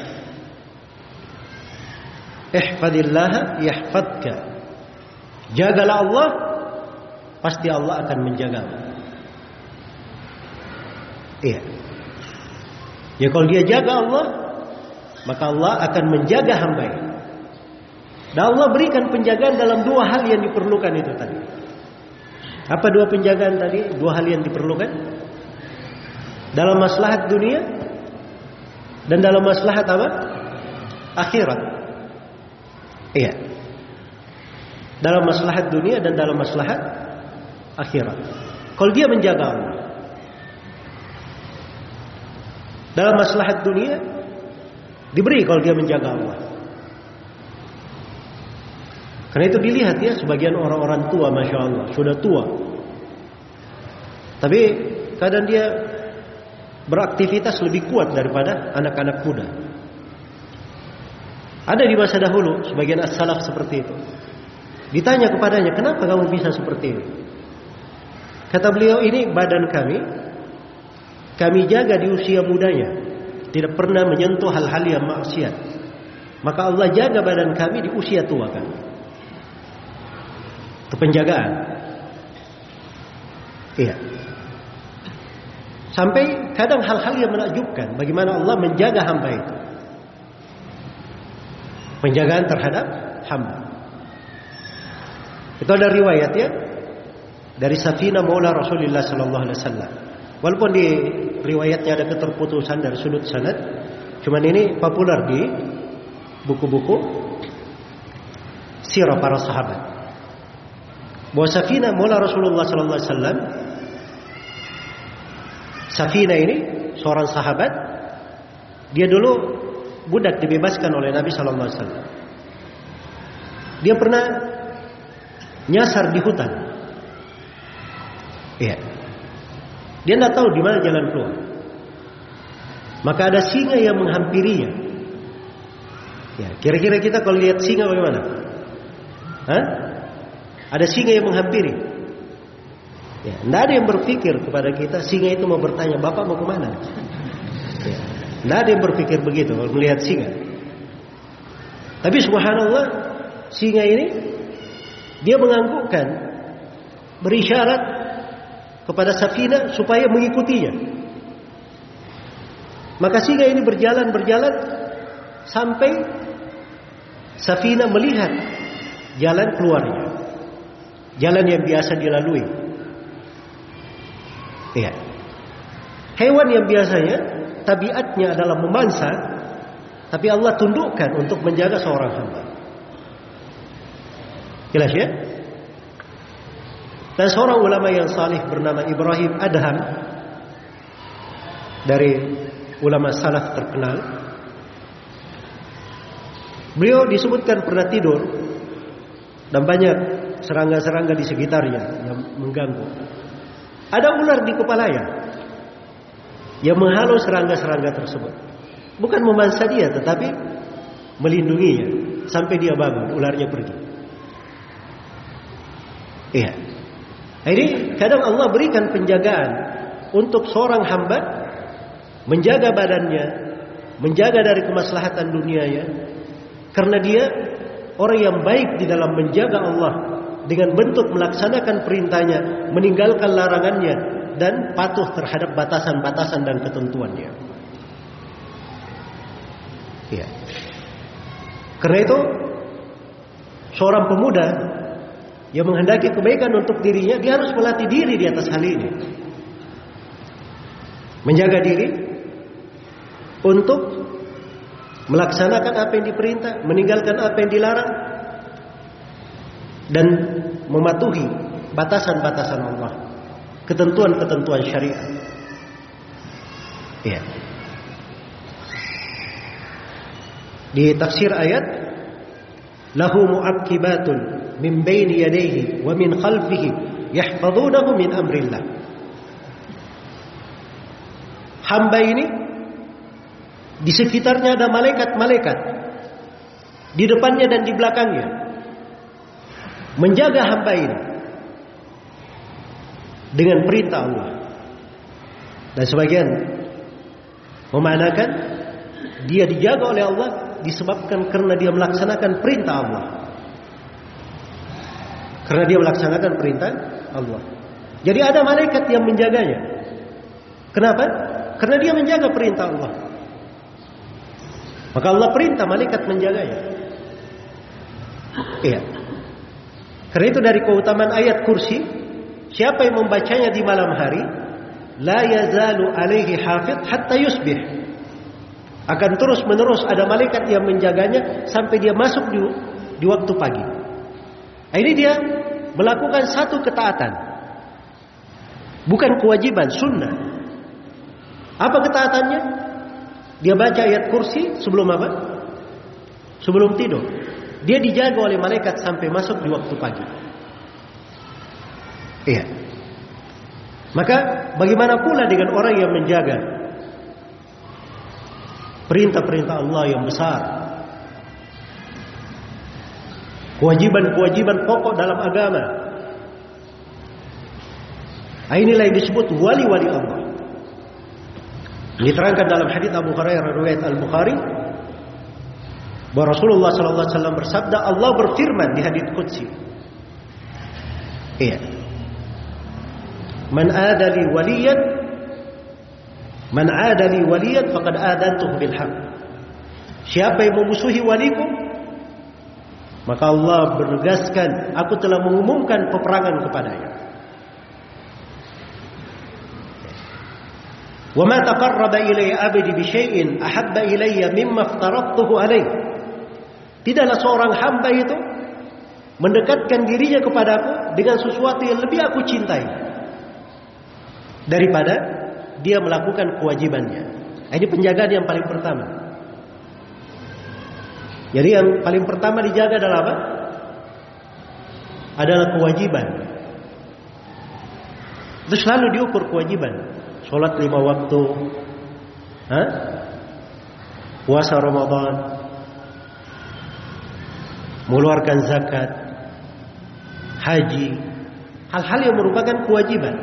Ihfadillah yahfadka. Jagalah Allah, pasti Allah akan menjagamu. Iya. Ya kalau dia jaga Allah, maka Allah akan menjaga hamba-Nya. Dan Allah berikan penjagaan dalam dua hal yang diperlukan itu tadi. Apa dua penjagaan tadi? Dua hal yang diperlukan dalam maslahat dunia dan dalam maslahat apa? Akhirat. Iya. Dalam maslahat dunia dan dalam maslahat akhirat. Kalau dia menjaga Allah dalam maslahat dunia, diberi kalau dia menjaga Allah. Karena itu dilihat ya, sebagian orang-orang tua, masya Allah, sudah tua, tapi kadang dia beraktivitas lebih kuat daripada anak-anak muda. Ada di masa dahulu sebagian as-salaf seperti itu. Ditanya kepadanya, kenapa kamu bisa seperti ini? Kata beliau, ini badan kami, kami jaga di usia mudanya, tidak pernah menyentuh hal-hal yang maksiat. Maka Allah jaga badan kami di usia tua kami. Itu penjagaan. Iya. Sampai kadang hal-hal yang menakjubkan, bagaimana Allah menjaga hamba itu. Penjagaan terhadap hamba. Itu ada riwayat ya dari Safina Maula Rasulullah sallallahu alaihi wasallam. Walaupun di riwayatnya ada keterputusan dari sudut sanad, cuman ini populer di buku-buku sirah para sahabat. Bahwa Safina Maula Rasulullah sallallahu alaihi wasallam, Safina ini seorang sahabat, dia dulu budak dibebaskan oleh Nabi sallallahu alaihi wasallam. Dia pernah nyasar di hutan. Iya. Dia tidak tahu di mana jalan keluar. Maka ada singa yang menghampirinya. Ya, kira-kira kita kalau lihat singa bagaimana? Hah? Ada singa yang menghampiri. Ya, tidak ada yang berpikir kepada kita singa itu mau bertanya, Bapak mau kemana? Ya, tidak ada yang berpikir begitu kalau melihat singa. Tapi subhanallah, singa ini dia menganggukkan, berisyarat kepada Safina supaya mengikutinya. Maka singa ini berjalan-berjalan sampai Safina melihat jalan keluarnya, jalan yang biasa dilalui. Iya. Hewan yang biasanya tabiatnya adalah memangsa, tapi Allah tundukkan untuk menjaga seorang hamba. Jelas ya? Dan seorang ulama yang salih bernama Ibrahim Adham, dari ulama salaf terkenal, beliau disebutkan pernah tidur dan banyak serangga-serangga di sekitarnya yang mengganggu. Ada ular di kepalanya yang menghalau serangga-serangga tersebut. Bukan memangsa dia, tetapi melindunginya sampai dia bangun, ularnya pergi. Iya. Ini kadang Allah berikan penjagaan untuk seorang hamba, menjaga badannya, menjaga dari kemaslahatan dunianya, karena dia orang yang baik di dalam menjaga Allah dengan bentuk melaksanakan perintahnya, meninggalkan larangannya, dan patuh terhadap batasan-batasan dan ketentuannya. Ya. Karena itu seorang pemuda yang menghendaki kebaikan untuk dirinya, dia harus melatih diri di atas hal ini. Menjaga diri untuk melaksanakan apa yang diperintah, meninggalkan apa yang dilarang, dan mematuhi batasan-batasan Allah, ketentuan-ketentuan syariat. Ya. Di tafsir ayat, lahu mu'aqibatun min baini yadayhi wa min khalfihi yahfazunahu min amrillah. Hamba ini di sekitarnya ada malaikat-malaikat, di depannya dan di belakangnya, menjaga hamba ini dengan perintah Allah. Dan sebagian memanakan dia dijaga oleh Allah disebabkan karena dia melaksanakan perintah Allah. Karena dia melaksanakan perintah Allah. Jadi ada malaikat yang menjaganya. Kenapa? Karena dia menjaga perintah Allah. Maka Allah perintah malaikat menjaganya. Iya. Karena itu dari keutamaan ayat kursi, siapa yang membacanya di malam hari, la yazalu alaihi hafidh hatta yusbih. Akan terus menerus ada malaikat yang menjaganya sampai dia masuk di, di waktu pagi. Ini dia melakukan satu ketaatan, bukan kewajiban, sunnah. Apa ketaatannya? Dia baca ayat kursi sebelum apa? Sebelum tidur. Dia dijaga oleh malaikat sampai masuk di waktu pagi. Iya. Maka bagaimana pula dengan orang yang menjaga perintah-perintah Allah yang besar, kewajiban-kewajiban pokok dalam agama. Inilah yang disebut wali-wali Allah. Diterangkan dalam hadits Abu Hurairah riwayat Al-Bukhari bahwa Rasulullah sallallahu alaihi wasallam bersabda, Allah berfirman di hadits qudsi. Iya. Man adali waliyan Man adali waliyan faqad adantuhu bil haqq. Siapa yang memusuhi waliku, maka Allah bernegaskan, aku telah mengumumkan peperangan kepadanya. Wa ma taqarraba ilayya 'abdi bi syai'in ahabba ilayya mimma aftaradtuhu alayh. Tidaklah seorang hamba itu mendekatkan dirinya kepadaku dengan sesuatu yang lebih aku cintai daripada dia melakukan kewajibannya. Ini penjagaan yang paling pertama. Jadi yang paling pertama dijaga adalah apa? Adalah kewajiban. Itu selalu diukur kewajiban. Sholat lima waktu, Hah? puasa Ramadan, mengeluarkan zakat, haji, hal-hal yang merupakan kewajiban.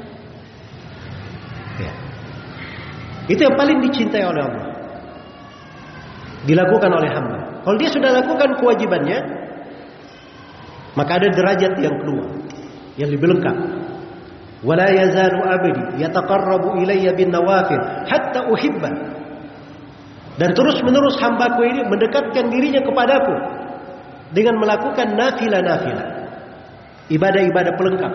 Ya. Itu yang paling dicintai oleh Allah, dilakukan oleh hamba. Kalau dia sudah lakukan kewajibannya, maka ada derajat yang kedua yang lebih lengkap. Wala yazalu abdi yataqarrabu ilayya bin nawafil hatta uhibba. Dan terus menerus hambaku ini mendekatkan dirinya kepadaku dengan melakukan nafilah-nafilah, ibadah-ibadah pelengkap.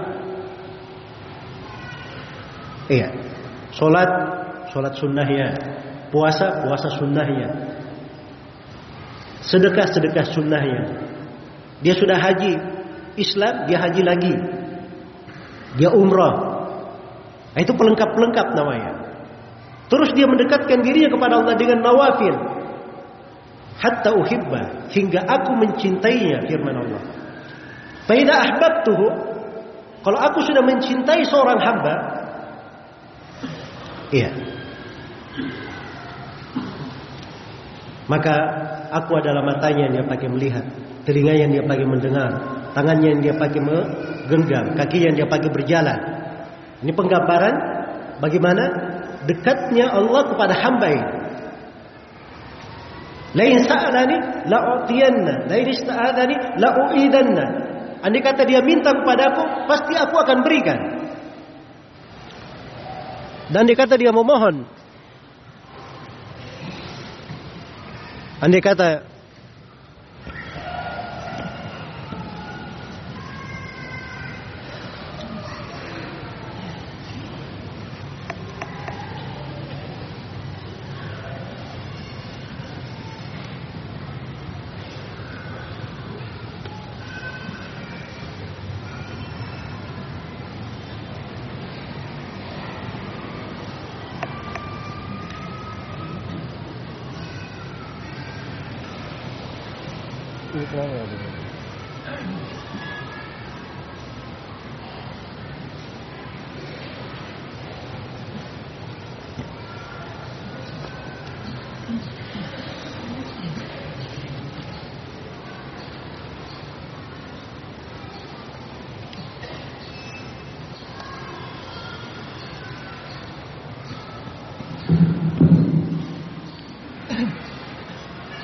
Iya, solat, solat sunnahnya, puasa, puasa sunnahnya, sedekah, sedekah sunnahnya. Dia sudah haji Islam, dia haji lagi, dia umrah. Itu pelengkap-pelengkap namanya. Terus dia mendekatkan dirinya kepada Allah dengan nawafil. Hatta uhibba, hingga aku mencintainya, firman Allah. Fa idza ahbabtuhu, kalau aku sudah mencintai seorang hamba, iya, maka aku adalah matanya yang dia pakai melihat, telinganya yang dia pakai mendengar, tangannya yang dia pakai menggenggam, kakinya yang dia pakai berjalan. Ini penggambaran bagaimana dekatnya Allah kepada hamba ini. Lain sa'alani la'utiyanna, lain ista'adani la'u'idanna. Andai kata dia minta kepadaku, pasti aku akan berikan. Dan andai kata dia memohon, andai kata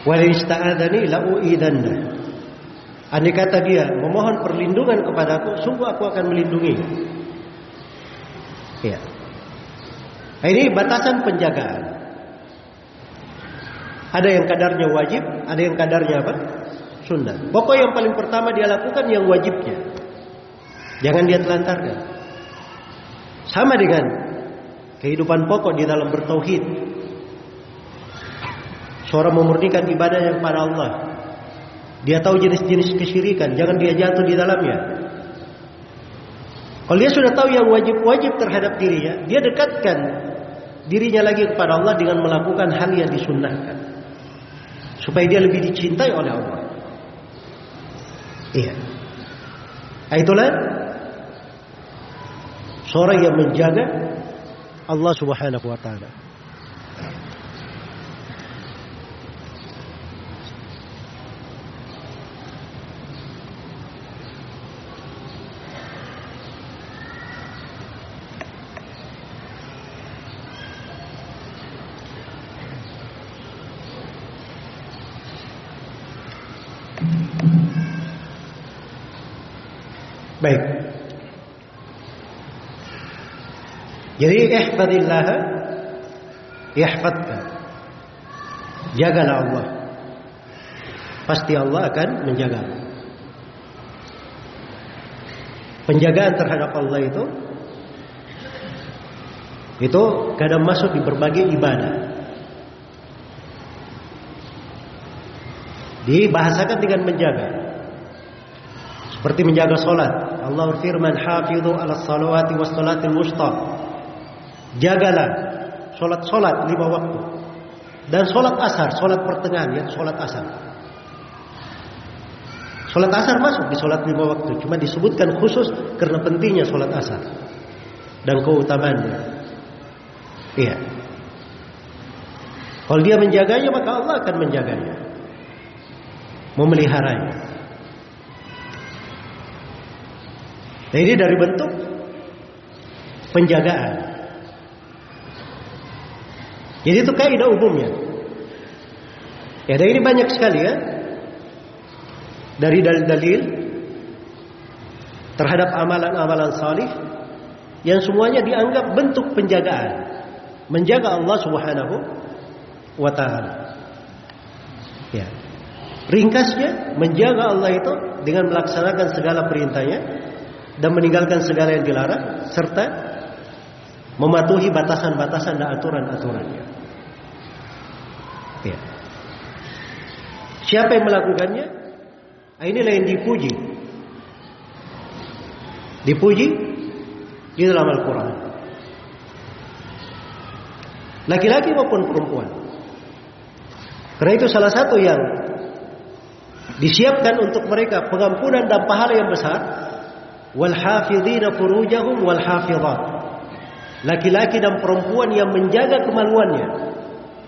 Wa la ista'adzani la u'idanna. Andai kata dia memohon perlindungan kepadaku, sungguh aku akan melindungi. Ya. Nah, ini batasan penjagaan. Ada yang kadarnya wajib, ada yang kadarnya apa? Sunnah. Pokok yang paling pertama dia lakukan yang wajibnya. Jangan dia telantarkan. Sama dengan kehidupan pokok di dalam bertauhid. Seorang memurnikan ibadahnya kepada Allah. Dia tahu jenis-jenis kesyirikan, jangan dia jatuh di dalamnya. Kalau dia sudah tahu yang wajib-wajib terhadap dirinya, dia dekatkan dirinya lagi kepada Allah dengan melakukan hal yang disunnahkan, supaya dia lebih dicintai oleh Allah. Iya. Itulah seorang yang menjaga Allah Subhanahu wa taala. Baik. Jadi ihfadillah yahfadka. Jagalah Allah. Pasti Allah akan menjagamu. Penjagaan terhadap Allah itu itu kadang masuk di berbagai ibadah. Dibahasakan dengan menjaga. Seperti menjaga solat. Allah berfirman, "Hafidhu 'alas salawati was salatil wusta." Jagalah solat-solat lima waktu. Dan solat asar, solat pertengahan, ya, solat asar. Solat asar masuk di solat lima waktu, cuma disebutkan khusus karena pentingnya solat asar dan keutamaannya. Iya. Kalau dia menjaganya, maka Allah akan menjaganya, memeliharanya. Nah, ini dari bentuk penjagaan. Jadi itu kaidah umumnya. Ya, dan ini banyak sekali ya. Dari dalil-dalil terhadap amalan-amalan salih yang semuanya dianggap bentuk penjagaan. Menjaga Allah Subhanahu wa taala. Ya. Ringkasnya, menjaga Allah itu dengan melaksanakan segala perintahnya dan meninggalkan segala yang dilarang, serta mematuhi batasan-batasan dan aturan-aturannya. Ya. Siapa yang melakukannya? Inilah yang dipuji. Dipuji di dalam Al-Quran. Laki-laki maupun perempuan. Karena itu salah satu yang disiapkan untuk mereka pengampunan dan pahala yang besar. Wal hafidhina furujahum wal hafidhat. Laki-laki dan perempuan yang menjaga kemaluannya.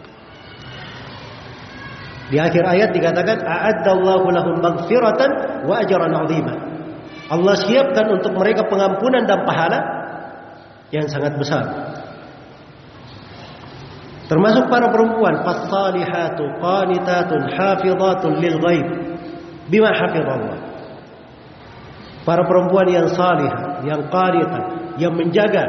Di akhir ayat dikatakan a'addallahu lahum maghfiratan wa ajran 'azima. Allah siapkan untuk mereka pengampunan dan pahala yang sangat besar. Termasuk para perempuan, fasalihatu qanitatun hafizatun lil ghaib bima hafizallah. Para perempuan yang salihah, yang qanitah, yang menjaga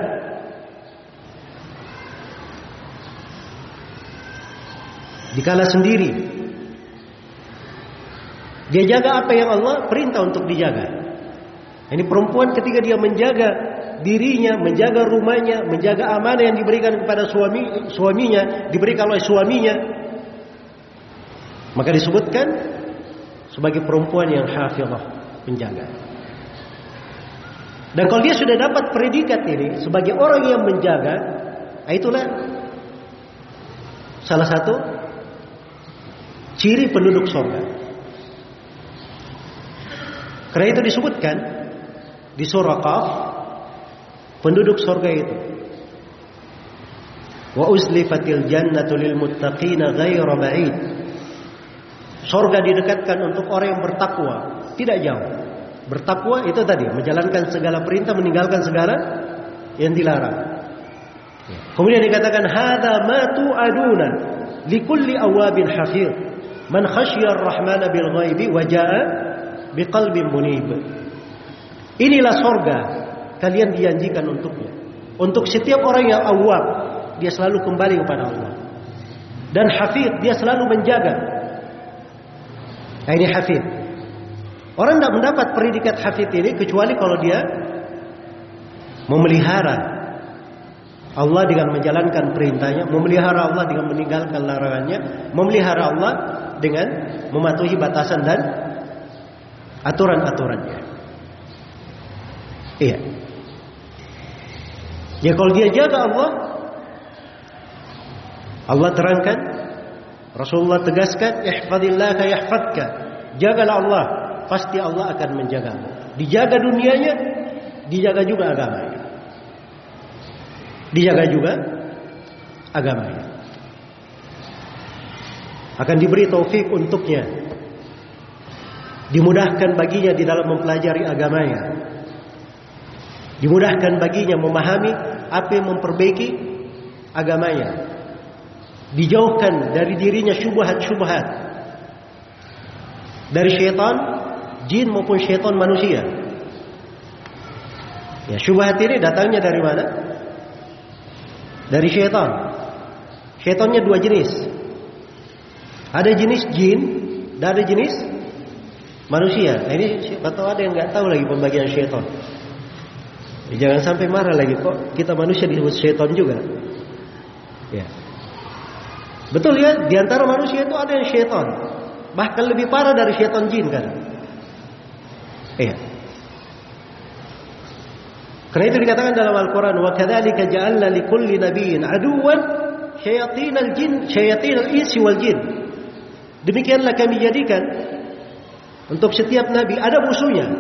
dikala sendiri. Dia jaga apa yang Allah perintah untuk dijaga. Ini perempuan ketika dia menjaga dirinya, menjaga rumahnya, menjaga amanah yang diberikan kepada suami, suaminya, diberikan oleh suaminya, maka disebutkan sebagai perempuan yang hafizah, penjaga. Dan kalau dia sudah dapat predikat ini sebagai orang yang menjaga, itulah salah satu ciri penduduk surga. Karena itu disebutkan di surah Qaf, penduduk surga itu, wa uzlifatil jannatu lil muttaqina ghairu ba'id. Surga didekatkan untuk orang yang bertakwa, tidak jauh. Bertakwa itu tadi menjalankan segala perintah, meninggalkan segala yang dilarang. Kemudian dikatakan hadza ma tu'aduna likulli awabin hafiz. Man khasyiyar rahmana bil ghaibi wa jaa biqalbin munib. Inilah sorga kalian dijanjikan untuknya. Untuk setiap orang yang awam, dia selalu kembali kepada Allah. Dan hafid, dia selalu menjaga. Nah, ini hafid. Orang tidak mendapat predikat hafid ini kecuali kalau dia memelihara Allah dengan menjalankan perintahnya, memelihara Allah dengan meninggalkan larangannya, memelihara Allah dengan mematuhi batasan dan aturan-aturannya. Iya. Ya kalau dia jaga Allah, Allah terangkan, Rasulullah tegaskan, ihfazillah yahfazka. Jagalah Allah, pasti Allah akan menjagamu. Dijaga dunianya, dijaga juga agamanya. Dijaga juga agamanya. Akan diberi taufik untuknya, dimudahkan baginya di dalam mempelajari agamanya, dimudahkan baginya memahami apa yang memperbaiki agamanya, dijauhkan dari dirinya syubhat-syubhat dari syaitan jin maupun syaitan manusia. Ya, syubhat ini datangnya dari mana? Dari syaitan. Syaitannya dua jenis. Ada jenis jin dan ada jenis manusia. Nah, ini siapa tahu ada yang nggak tahu lagi pembagian syaitan. Ya, jangan sampai marah lagi, kok kita manusia disebut syaitan juga. Ya. Betul ya, di antara manusia itu ada yang syaitan. Bahkan lebih parah dari syaitan jin kan. Iya. Karena itu dikatakan dalam Al-Quran, wa kadzalika ja'alna likulli nabiyyin aduwwan syayatinal jin syayatinal insi wal jin. Demikianlah kami jadikan untuk setiap nabi ada musuhnya.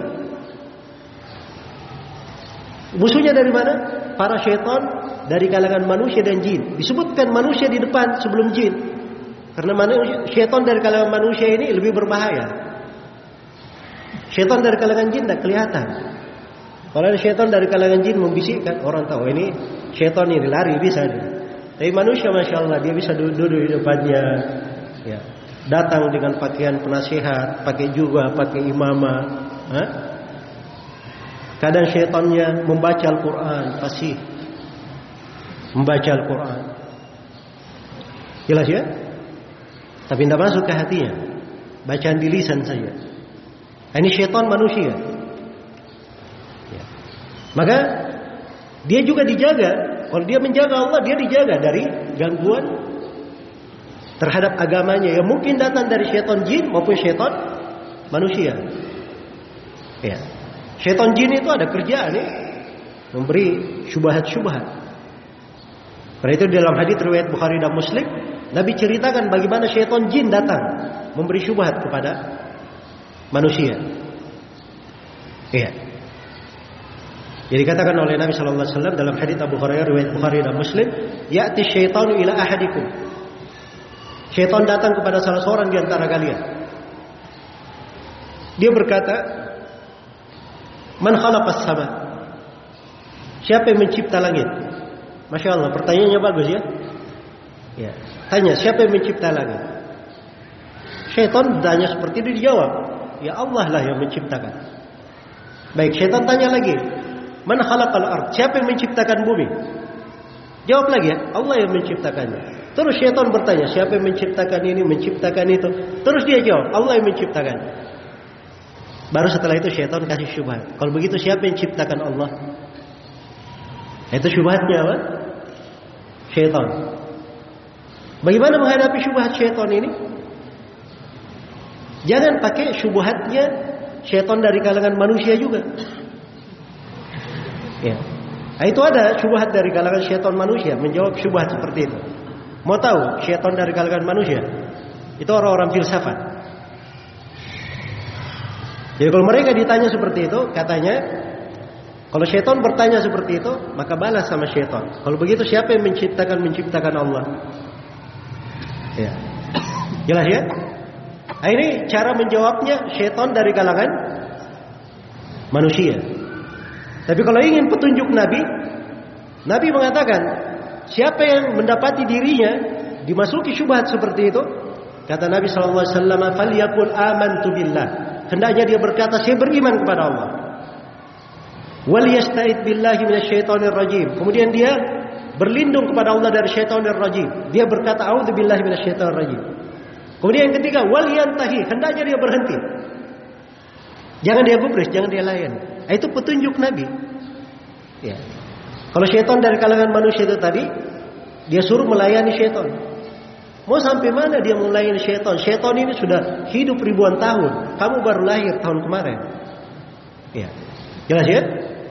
Musuhnya dari mana? Para syaitan dari kalangan manusia dan jin. Disebutkan manusia di depan sebelum jin. Karena manusia, syaitan dari kalangan manusia ini lebih berbahaya. Syaitan dari kalangan jin tidak kelihatan. Kalau ada syaitan dari kalangan jin membisikkan, orang tahu ini syaitan ini lari bisa. Tapi manusia masya Allah dia bisa duduk di depannya, ya, datang dengan pakaian penasihat, pakai juga pakai imamah. Hah? Kadang syaitannya membaca Al-Quran, fasih membaca Al-Quran, jelas ya? Tapi tidak masuk ke hatinya, bacaan di lisan saja. Ini syaitan manusia. Ya. Maka dia juga dijaga. Kalau dia menjaga Allah, dia dijaga dari gangguan terhadap agamanya yang mungkin datang dari syaitan jin maupun syaitan manusia. Ya. Syaitan jin itu ada kerjaan ya, memberi syubhat-syubhat. Karena itu dalam hadis riwayat Bukhari dan Muslim, Nabi ceritakan bagaimana syaitan jin datang memberi syubhat kepada manusia. Iya. Jadi katakan oleh Nabi sallallahu alaihi wasallam dalam hadis Abu Hurairah riwayat Bukhari dan Muslim, ya'ti syaitanu ila ahadikum. Syaitan datang kepada salah seorang di antara kalian. Dia berkata, "Man khalaqas sama?" Siapa yang mencipta langit? Masya Allah, pertanyaannya bagus ya. Ya. Tanya, siapa yang mencipta langit? Syaitan tanya seperti itu, dijawab, ya Allah lah yang menciptakan. Baik, syaitan tanya lagi, man khalaqal ard? Siapa yang menciptakan bumi? Jawab lagi, ya Allah yang menciptakannya. Terus syaitan bertanya, siapa yang menciptakan ini, menciptakan itu? Terus dia jawab, Allah yang menciptakan. Baru setelah itu syaitan kasih syubhat. Kalau begitu siapa yang menciptakan Allah? Itu syubhatnya apa? Syaitan. Bagaimana menghadapi syubhat syaitan ini? Jangan pakai syubhatnya syaitan dari kalangan manusia juga. Ya. Nah, itu ada syubhat dari kalangan syaitan manusia menjawab syubhat seperti itu. Mau tahu syaitan dari kalangan manusia? Itu orang-orang filsafat. Jadi kalau mereka ditanya seperti itu, katanya, kalau syaitan bertanya seperti itu, maka balas sama syaitan. Kalau begitu siapa yang menciptakan menciptakan Allah? Ya. Jelas ya? Nah, ini cara menjawabnya syaitan dari kalangan manusia. Tapi kalau ingin petunjuk Nabi, Nabi mengatakan, siapa yang mendapati dirinya dimasuki syubhat seperti itu, Kata Nabi sallallahu alaihi wasallam, "Falyaqul amantu billah." Hendaknya dia berkata, "Saya beriman kepada Allah." Wal yasta'id billahi minasyaitonir rajim. Kemudian dia berlindung kepada Allah dari syaitanir rajim. Dia berkata, "A'udzubillahi minasyaitonir rajim." Kemudian yang ketiga, wal yantahi. Hendaknya dia berhenti. Jangan dia gubris, jangan dia layan. Itu petunjuk Nabi. Ya. Kalau syaitan dari kalangan manusia itu tadi, dia suruh melayani syaitan. Mau sampai mana dia melayani syaitan? Syaitan ini sudah hidup ribuan tahun. Kamu baru lahir tahun kemarin. Ya. Jelas ya?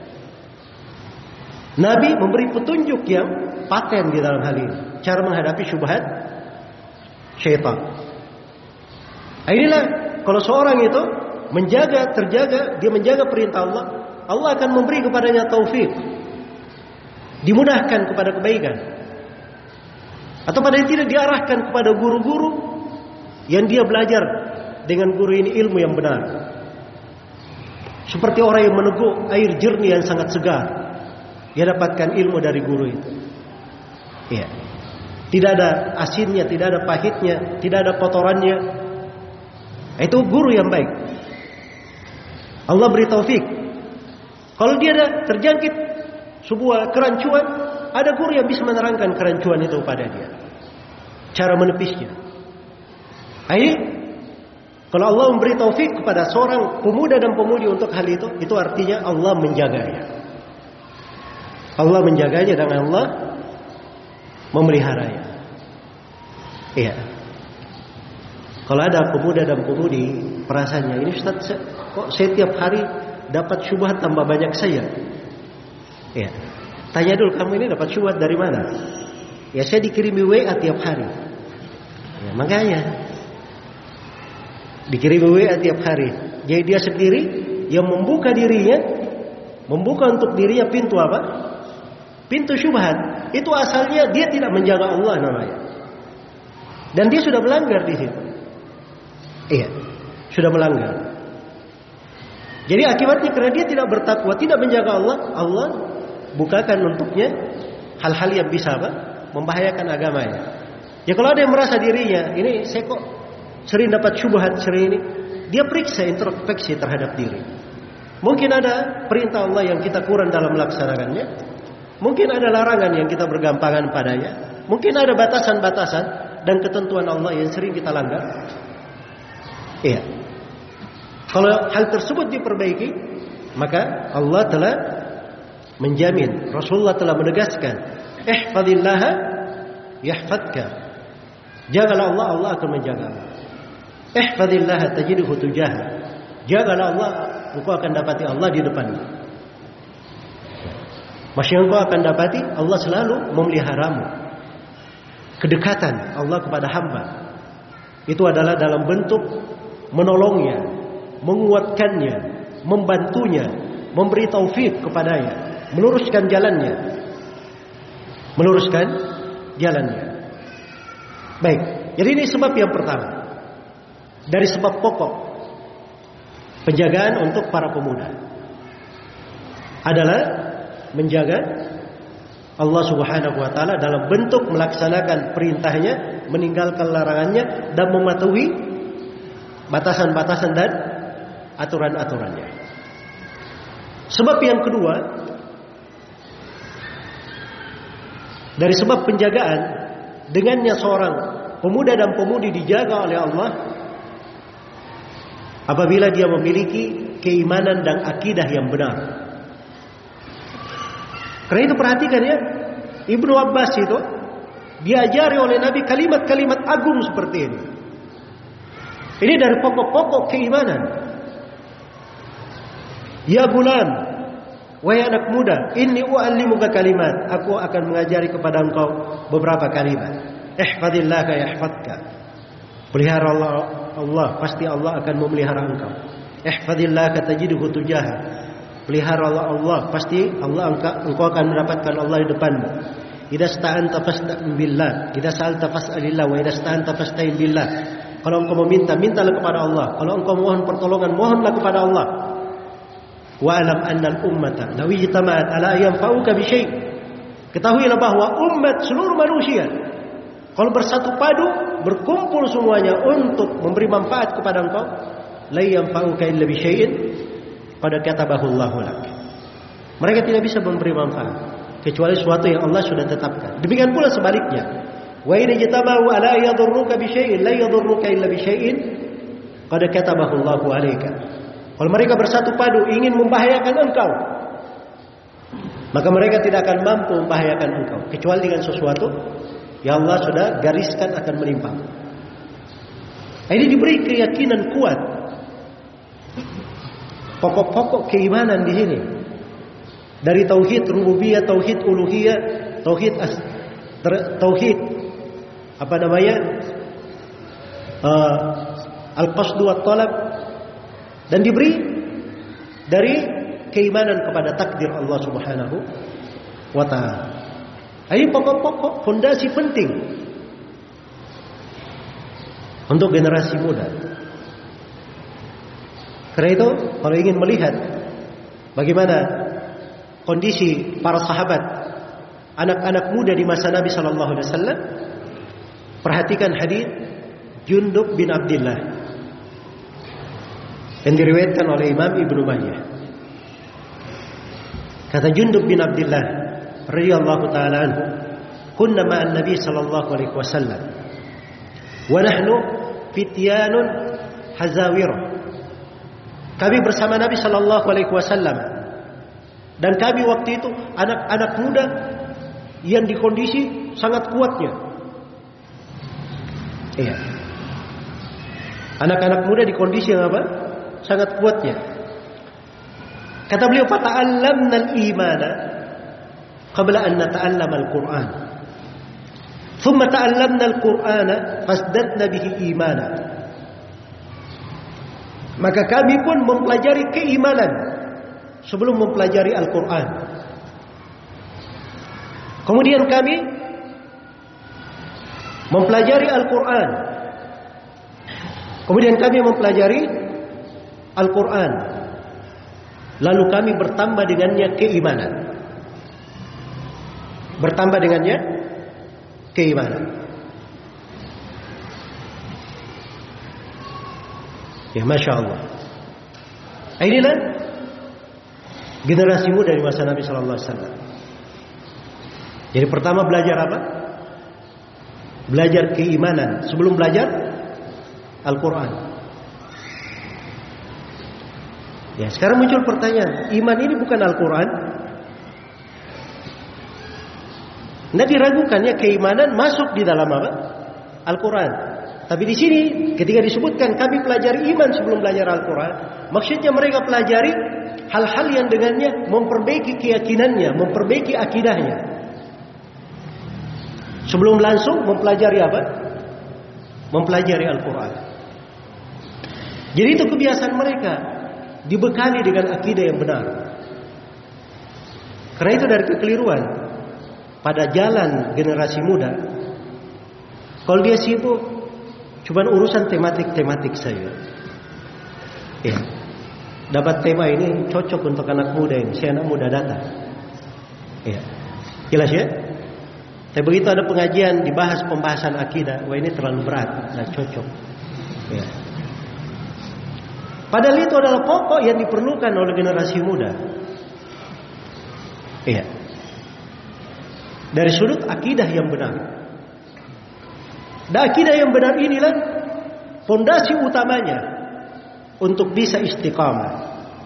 Nabi memberi petunjuk yang paten di dalam hal ini. Cara menghadapi syubhat syaitan. Nah, inilah kalau seorang itu menjaga, terjaga, dia menjaga perintah Allah, Allah akan memberi kepadanya taufik. Dimudahkan kepada kebaikan. Atau pada tidak diarahkan kepada guru-guru yang dia belajar dengan guru ini ilmu yang benar. Seperti orang yang meneguk air jernih yang sangat segar. Dia dapatkan ilmu dari guru itu. Ya. Tidak ada asinnya, tidak ada pahitnya, tidak ada kotorannya. Itu guru yang baik. Allah beri taufik. Kalau dia ada terjangkit sebuah kerancuan, ada guru yang bisa menerangkan kerancuan itu kepada dia, cara menepisnya. Ini kalau Allah memberi taufik kepada seorang pemuda dan pemudi untuk hal itu, itu artinya Allah menjaganya. Allah menjaganya dan Allah memeliharanya. Iya. Kalau ada pemuda dan pemudi perasaannya, ini Ustaz, kok saya tiap hari dapat syubhat tambah banyak saya. Ya. Tanya dulu, kamu ini dapat syubhat dari mana? Ya, saya dikirimi W A tiap hari. Ya, makanya dikirimi W A tiap hari. Jadi dia sendiri yang membuka dirinya, membuka untuk dirinya pintu apa? Pintu syubhat. Itu asalnya dia tidak menjaga Allah namanya. Dan dia sudah melanggar di situ. Iya, sudah melanggar. Jadi akibatnya karena dia tidak bertakwa, tidak menjaga Allah, Allah bukakan untuknya hal-hal yang bisa apa? Membahayakan agamanya. Ya kalau ada yang merasa dirinya, ini saya kok sering dapat syubhat sering ini, dia periksa introspeksi terhadap diri. Mungkin ada perintah Allah yang kita kurang dalam melaksanakannya. Mungkin ada larangan yang kita bergampangan padanya. Mungkin ada batasan-batasan dan ketentuan Allah yang sering kita langgar. Iya. Kalau hal tersebut diperbaiki, maka Allah telah menjamin, Rasulullah telah menegaskan, ihfazillaha yahfadka. Jagalah Allah, Allah akan menjaga. Ihfazillaha tajidhu tujaha. Jagalah Allah, engkau akan dapati Allah di depanmu. Maksudnya engkau akan dapati Allah selalu memeliharamu. Kedekatan Allah kepada hamba itu adalah dalam bentuk menolongnya, menguatkannya, membantunya, memberi taufik kepadanya, meluruskan jalannya, meluruskan jalannya. Baik, jadi ini sebab yang pertama dari sebab pokok penjagaan untuk para pemuda adalah menjaga Allah Subhanahu wa taala dalam bentuk melaksanakan perintahnya, meninggalkan larangannya, dan mematuhi batasan-batasan dan aturan-aturannya. Sebab yang kedua dari sebab penjagaan, dengannya seorang pemuda dan pemudi dijaga oleh Allah apabila dia memiliki keimanan dan akidah yang benar. Karena itu perhatikan ya, Ibnu Abbas itu diajari oleh Nabi kalimat-kalimat agung seperti ini. Ini dari pokok-pokok keimanan. Ya gulam, wahai anak muda, inni u'allimuka kalimat. Aku akan mengajari kepada engkau beberapa kalimat. Ihfazillah yahfazka. Pelihara Allah, Allah pasti Allah akan memelihara engkau. Ihfazillah tajidhu tujaha. Pelihara Allah, Allah pasti Allah engkau akan mendapatkan Allah di depanmu. Idza sta'anta fasta'in billah, idza sa'alta fas'alillah, wa idza sta'anta fasta'in billah. Kalau engkau meminta, mintalah kepada Allah. Kalau engkau mohon pertolongan, mohonlah kepada Allah. Wa alam anna al-ummata law ijtama'at ala yanfa'uka bi syai'. Ketahuilah bahwa umat seluruh manusia Kalau bersatu padu, berkumpul semuanya untuk memberi manfaat kepada engkau, la yanfa'uka illa bi syai'in qad katabahu Allahu lak. Mereka tidak bisa memberi manfaat kecuali sesuatu yang Allah sudah tetapkan. Demikian pula sebaliknya. Wa in ijtama'u ala yadurruka bi syai'in la yadurruka illa bi syai'in qad katabahu Allahu 'alaika. Kalau mereka bersatu padu ingin membahayakan engkau, maka mereka tidak akan mampu membahayakan engkau kecuali dengan sesuatu yang Allah sudah gariskan akan menimpa. Ini diberi keyakinan kuat. Pokok-pokok keimanan di sini. Dari tauhid rububiyah, tauhid uluhiyah, tauhid as, ter, tauhid apa namanya? Uh, al-qasd wa talab, dan diberi dari keimanan kepada takdir Allah Subhanahu wa taala. Ini pokok-pokok fondasi penting untuk generasi muda. Karena itu, kalau ingin melihat bagaimana kondisi para sahabat, anak-anak muda di masa Nabi Sallallahu Alaihi Wasallam, perhatikan hadis Jundub bin Abdillah yang diriwayatkan oleh Imam Ibnu Majah. Kata Jundub bin Abdillah radhiyallahu taala anhu, kunna ma'an Nabi sallallahu alaihi wasallam wa nahnu fityanun hazawir. Kami bersama Nabi sallallahu alaihi wasallam, dan kami waktu itu anak-anak muda yang di kondisi sangat kuatnya. Iya. Anak-anak muda di kondisi yang apa? Sangat kuatnya. Kata beliau, fata'allamna al-imana qabla an nata'allama al-Qur'an. Thumma ta'allamna al-Qur'ana fasdadna bihi imana. Maka kami pun mempelajari keimanan sebelum mempelajari Al-Quran. Kemudian kami mempelajari Al-Quran. Kemudian kami mempelajari Al-Quran. Lalu kami bertambah dengannya keimanan. Bertambah dengannya keimanan. Ya, Masya Allah. Inilah generasi muda di masa Nabi Sallallahu Alaihi Wasallam. Jadi pertama belajar apa? Belajar keimanan sebelum belajar Al-Quran. Ya, sekarang muncul pertanyaan, iman ini bukan Al-Quran? Nah, diragukan ya, keimanan masuk di dalam apa? Al-Quran. Tapi di sini ketika disebutkan kami pelajari iman sebelum belajar Al-Quran, maksudnya mereka pelajari hal-hal yang dengannya memperbaiki keyakinannya, memperbaiki akidahnya. Sebelum langsung mempelajari apa? Mempelajari Al-Quran. Jadi itu kebiasaan mereka, dibekali dengan akidah yang benar. Karena itu dari kekeliruan pada jalan generasi muda. Kalau dia sibuk cuman urusan tematik-tematik saja. Ya. Dapat tema ini cocok untuk anak muda ini. Si anak muda datang. Ya. Jelas ya? Tapi begitu ada pengajian dibahas pembahasan akidah, wah ini terlalu berat, nggak cocok. Ya. Padahal itu adalah pokok yang diperlukan oleh generasi muda. Iya. Dari sudut akidah yang benar. Dan akidah yang benar inilah fondasi utamanya untuk bisa istiqamah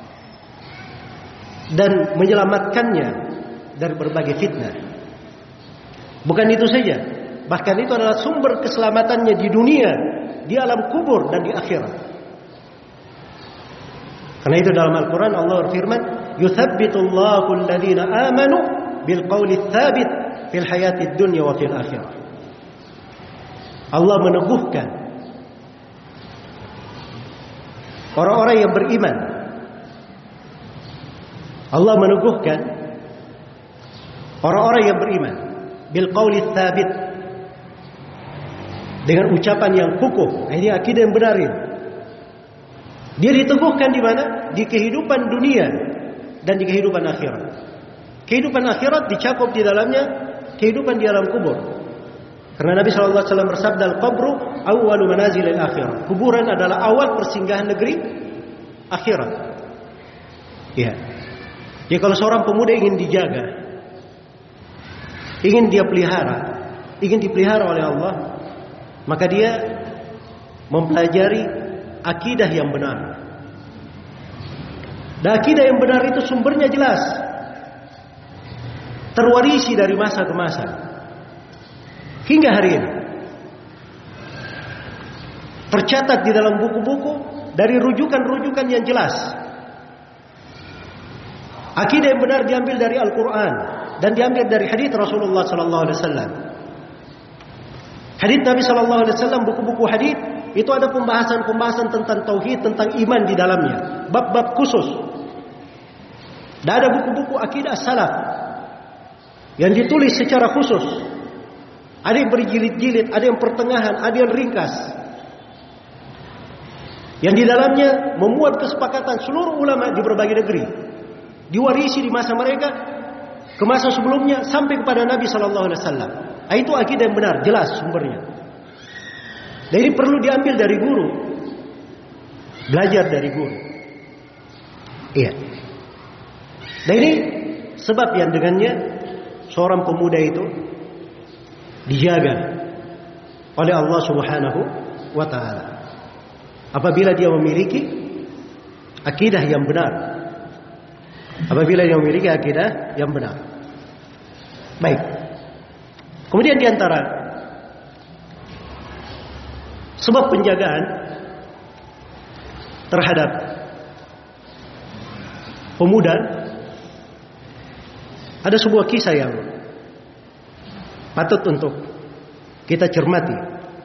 dan menyelamatkannya dari berbagai fitnah. Bukan itu saja, bahkan itu adalah sumber keselamatannya di dunia, di alam kubur dan di akhirat. Karena itu dalam Al-Quran Allah berfirman, "Yuthabbitullahu alladhina amanu bil qawli tsabit fil hayatid dunya wa fil akhirah." Allah meneguhkan orang-orang yang beriman. Allah meneguhkan orang-orang yang beriman bil qawli tsabit, dengan ucapan yang kukuh. Ini akidah yang benar ini. Dia diteguhkan di mana? Di kehidupan dunia dan di kehidupan akhirat. Kehidupan akhirat dicakup di dalamnya kehidupan di alam kubur. Karena Nabi shallallahu alaihi wasallam bersabda, "Al-qabru awwalu manazilil akhirah." Kuburan adalah awal persinggahan negeri akhirat. Ya. Jadi kalau seorang pemuda ingin dijaga, ingin dia pelihara, ingin dipelihara oleh Allah, maka dia mempelajari akidah yang benar. Dan akidah yang benar itu sumbernya jelas, terwarisi dari masa ke masa hingga hari ini, tercatat di dalam buku-buku dari rujukan-rujukan yang jelas. Akidah yang benar diambil dari Al-Quran dan diambil dari hadits Rasulullah Sallallahu Alaihi Wasallam. Hadits Nabi Sallallahu Alaihi Wasallam, buku-buku hadits itu ada pembahasan-pembahasan tentang tauhid, tentang iman di dalamnya, bab-bab khusus. Dan ada buku-buku akidah salaf yang ditulis secara khusus. Ada yang berjilid-jilid, ada yang pertengahan, ada yang ringkas. Yang di dalamnya memuat kesepakatan seluruh ulama di berbagai negeri, diwarisi di masa mereka ke masa sebelumnya sampai kepada Nabi Sallallahu Alaihi Wasallam. Itu akidah yang benar, jelas sumbernya. Dan ini perlu diambil dari guru, belajar dari guru. Iya. Dan ini sebab yang dengannya seorang pemuda itu dijaga oleh Allah Subhanahu wa taala. Apabila dia memiliki akidah yang benar. Apabila dia memiliki akidah yang benar. Baik. Kemudian di antara sebab penjagaan terhadap pemuda, ada sebuah kisah yang patut untuk kita cermati,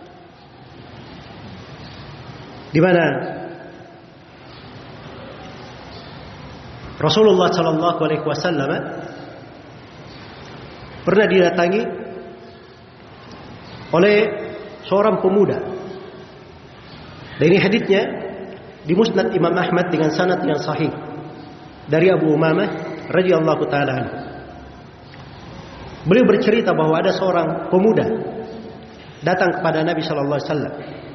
di mana Rasulullah Sallallahu Alaihi Wasallam pernah didatangi oleh seorang pemuda. Dan ini haditsnya di Musnad Imam Ahmad dengan sanad yang sahih dari Abu Umamah radhiyallahu taala anhu. Beliau bercerita bahwa ada seorang pemuda datang kepada Nabi sallallahu alaihi wasallam.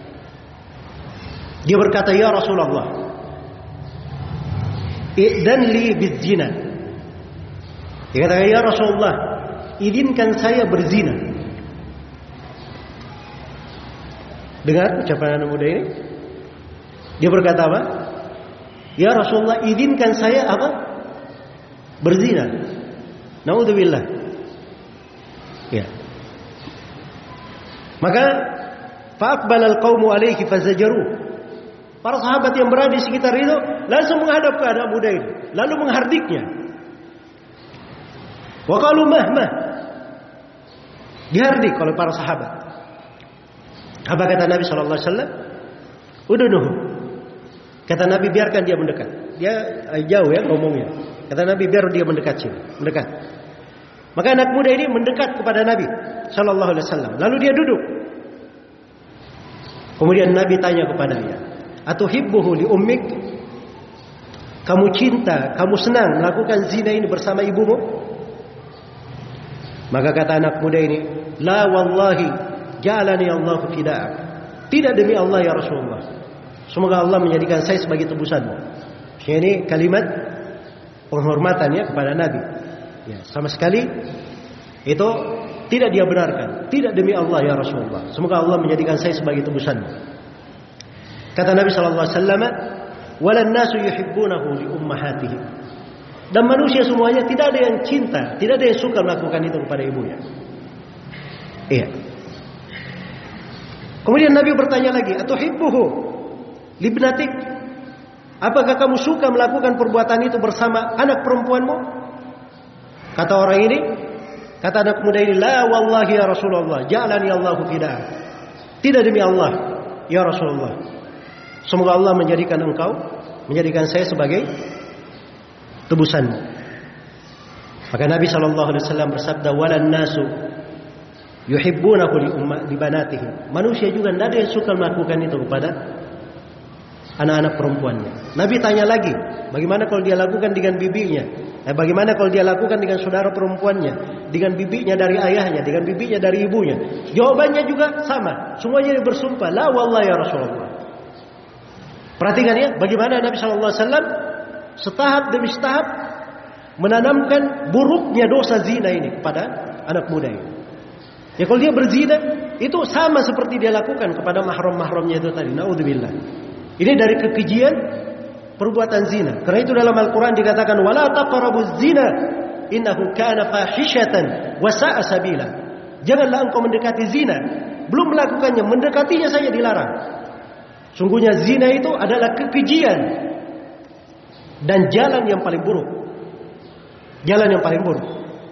Dia berkata, "Ya Rasulullah, idzan li bizina." Dia kata, "Ya Rasulullah, izinkan saya berzina." Dengar ucapan anak muda ini? Dia berkata apa? "Ya Rasulullah, izinkan saya apa? Berzina." Naudzubillah. Ya. Maka fa'aqbala al-qaumu alaihi fazajaru. Para sahabat yang berada di sekitar itu langsung menghadap ke anak muda ini, lalu menghardiknya. Wa qalu mahma. Dihardik oleh para sahabat. Apa kata Nabi sallallahu alaihi wasallam? Udunuhu. Kata Nabi, biarkan dia mendekat. Dia jauh ya ngomongnya. Kata Nabi, biar dia mendekat sini, mendekat. Maka anak muda ini mendekat kepada Nabi sallallahu alaihi wasallam. Lalu dia duduk. Kemudian Nabi tanya kepadanya, "Atuhibbuhu li ummik?" Kamu cinta, kamu senang melakukan zina ini bersama ibumu? Maka kata anak muda ini, "La wallahi, ja'alani Allahu fida'ak." Tidak, demi Allah ya Rasulullah. Semoga Allah menjadikan saya sebagai tebusanmu. Ini kalimat penghormatannya kepada Nabi. Ya, sama sekali itu tidak dia benarkan. Tidak, demi Allah ya Rasulullah. Semoga Allah menjadikan saya sebagai tebusanmu. Kata Nabi sallallahu alaihi wasallam, "Walan nasu yuhibbunahu li ummahatihim." Dan manusia semuanya tidak ada yang cinta, tidak ada yang suka melakukan itu kepada ibunya. Iya. Kemudian Nabi bertanya lagi, "Atuhibbuhu li ibnatik?" Apakah kamu suka melakukan perbuatan itu bersama anak perempuanmu? Kata orang ini, kata anak muda ini, "La wallahi ya Rasulullah, ja'alani Allahu fidah." Tidak, demi Allah ya Rasulullah. Semoga Allah menjadikan engkau, menjadikan saya sebagai tebusanmu. Maka Nabi sallallahu alaihi wasallam bersabda, "Walan nasu yuhibbunahu li umma li banatihim." Manusia juga tidak ada yang suka melakukan itu kepada anak-anak perempuannya. Nabi tanya lagi, bagaimana kalau dia lakukan dengan bibinya? Eh, bagaimana kalau dia lakukan dengan saudara perempuannya, dengan bibinya dari ayahnya, dengan bibinya dari ibunya? Jawabannya juga sama. Semuanya bersumpah, la wallahi ya Rasulullah. Perhatikan ya, bagaimana Nabi shallallahu alaihi wasallam setahap demi setahap menanamkan buruknya dosa zina ini kepada anak muda ini. Ya kalau dia berzina, itu sama seperti dia lakukan kepada mahram-mahramnya itu tadi. Naudzubillah. Ini dari kekejian perbuatan zina. Karena itu dalam Al-Quran dikatakan wala taqrabuz zina innahu kana fahishatan wa sa'a sabila. Janganlah engkau mendekati zina. Belum melakukannya, mendekatinya saja dilarang. Sungguhnya zina itu adalah kekejian dan jalan yang paling buruk. Jalan yang paling buruk.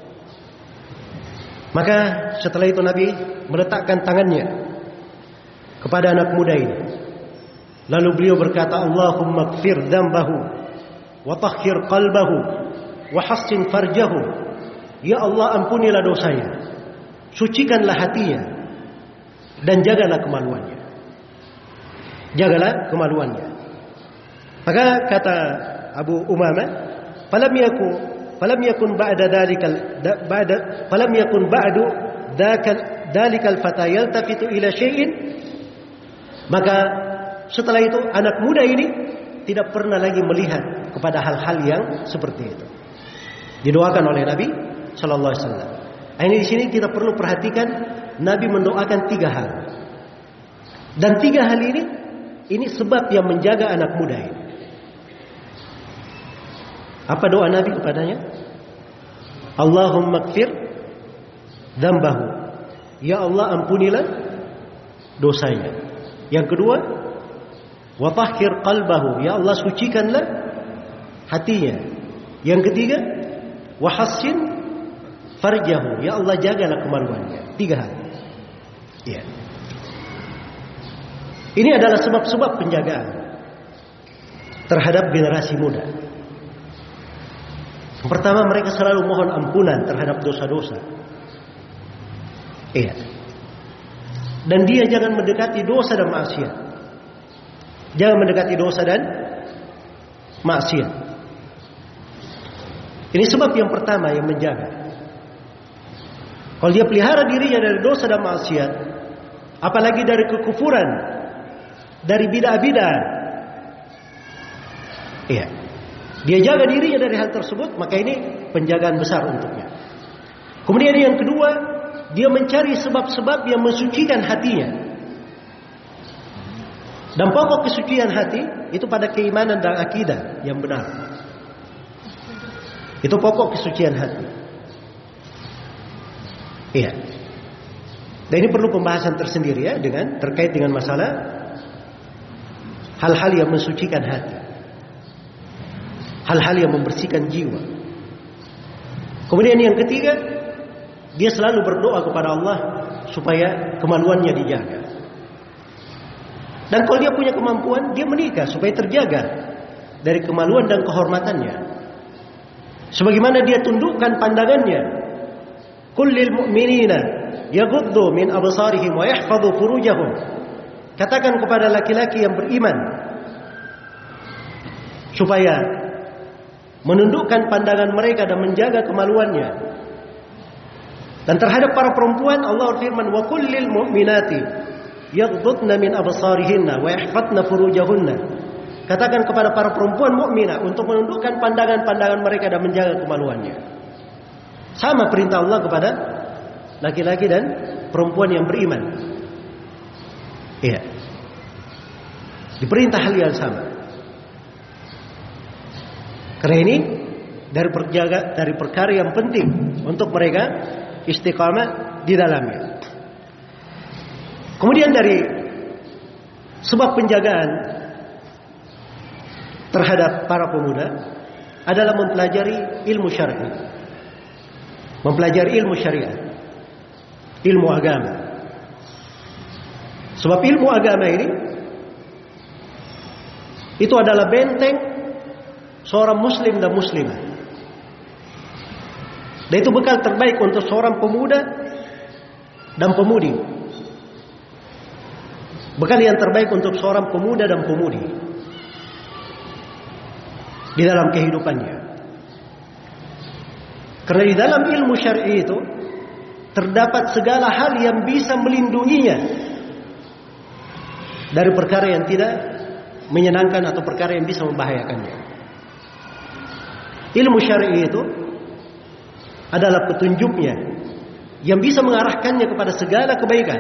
Maka setelah itu Nabi meletakkan tangannya kepada anak muda ini. Lalu beliau berkata, Allahumma gfir dambahu wa tahhir qalbahu wa hassin farjahu. Ya Allah, ampunilah dosanya, sucikanlah hatinya, dan jagalah kemaluannya. Jagalah kemaluannya. Maka kata Abu Umamah, falam yakun falam yakun ba'da dalikal ba'da falam yakun ba'du dakal dalikal fata yaltafitu ila syai'in. Maka setelah itu anak muda ini tidak pernah lagi melihat kepada hal-hal yang seperti itu. Didoakan oleh Nabi Sallallahu Alaihi Wasallam. Ini di sini kita perlu perhatikan Nabi mendoakan tiga hal. Dan tiga hal ini ini sebab yang menjaga anak muda ini. Apa doa Nabi kepadanya? Allahumma gfir dzambahu. Ya Allah, ampunilah dosanya. Yang kedua, wa tahhir qalbahu. Ya Allah, sucikanlah hatinya. Yang ketiga, wa hassin farjahu. Ya Allah, jagalah kemaluannya. Tiga hal. Ya. Ini adalah sebab-sebab penjagaan terhadap generasi muda. Yang pertama, mereka selalu mohon ampunan terhadap dosa-dosa. Iya. Dan dia jangan mendekati dosa dan maksiat. Jangan mendekati dosa dan maksiat. Ini sebab yang pertama yang menjaga. Kalau dia pelihara dirinya dari dosa dan maksiat, apalagi dari kekufuran, dari bidah-bidah, iya, dia jaga dirinya dari hal tersebut, maka ini penjagaan besar untuknya. Kemudian yang kedua, dia mencari sebab-sebab yang mensucikan hatinya. Dan pokok kesucian hati itu pada keimanan dan akidah yang benar. Itu pokok kesucian hati. Iya. Dan ini perlu pembahasan tersendiri ya, dengan terkait dengan masalah hal-hal yang mensucikan hati, hal-hal yang membersihkan jiwa. Kemudian yang ketiga, dia selalu berdoa kepada Allah supaya kemaluannya dijaga. Dan kalau dia punya kemampuan, dia menikah supaya terjaga dari kemaluan dan kehormatannya. Sebagaimana dia tundukkan pandangannya, kullil mu'minina yaghuddu min absarihim wa yahfadhu furujahum. Katakan kepada laki-laki yang beriman supaya menundukkan pandangan mereka dan menjaga kemaluannya. Dan terhadap para perempuan Allah firman, wa kullil mu'minati yaghdudna min absarihinna wa yahfadna furujahunna. Katakan kepada para perempuan mukminah untuk menundukkan pandangan-pandangan mereka dan menjaga kemaluannya. Sama perintah Allah kepada laki-laki dan perempuan yang beriman. Iya. Diperintah hal yang sama. Karena ini dari perjaga, dari perkara yang penting untuk mereka istiqamah di dalamnya. Kemudian dari sebab penjagaan terhadap para pemuda adalah mempelajari ilmu syar'i. Mempelajari ilmu syariat, ilmu agama. Sebab ilmu agama ini itu adalah benteng seorang muslim dan muslimah. Dan itu bekal terbaik untuk seorang pemuda dan pemudi. Bekal yang terbaik untuk seorang pemuda dan pemudi. di dalam kehidupannya. Karena di dalam ilmu syar'i itu terdapat segala hal yang bisa melindunginya dari perkara yang tidak menyenangkan atau perkara yang bisa membahayakannya. Ilmu syar'i itu adalah petunjuknya yang bisa mengarahkannya kepada segala kebaikan.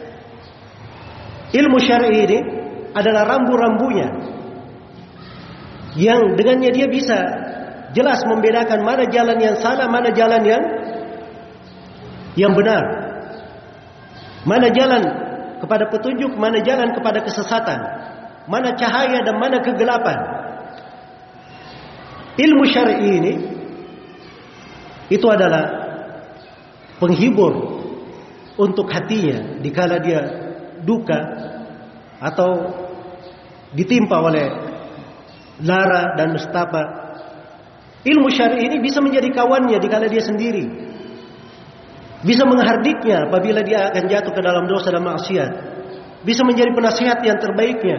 Ilmu syar'i ini adalah rambu-rambunya yang dengannya dia bisa jelas membedakan mana jalan yang salah, mana jalan yang yang benar, mana jalan kepada petunjuk, mana jalan kepada kesesatan, mana cahaya dan mana kegelapan. Ilmu syar'i ini itu adalah penghibur untuk hatinya dikala dia duka atau ditimpa oleh lara dan nestapa. Ilmu syar'i ini bisa menjadi kawannya dikala dia sendiri, bisa menghardiknya apabila dia akan jatuh ke dalam dosa dan maksiat, bisa menjadi penasihat yang terbaiknya.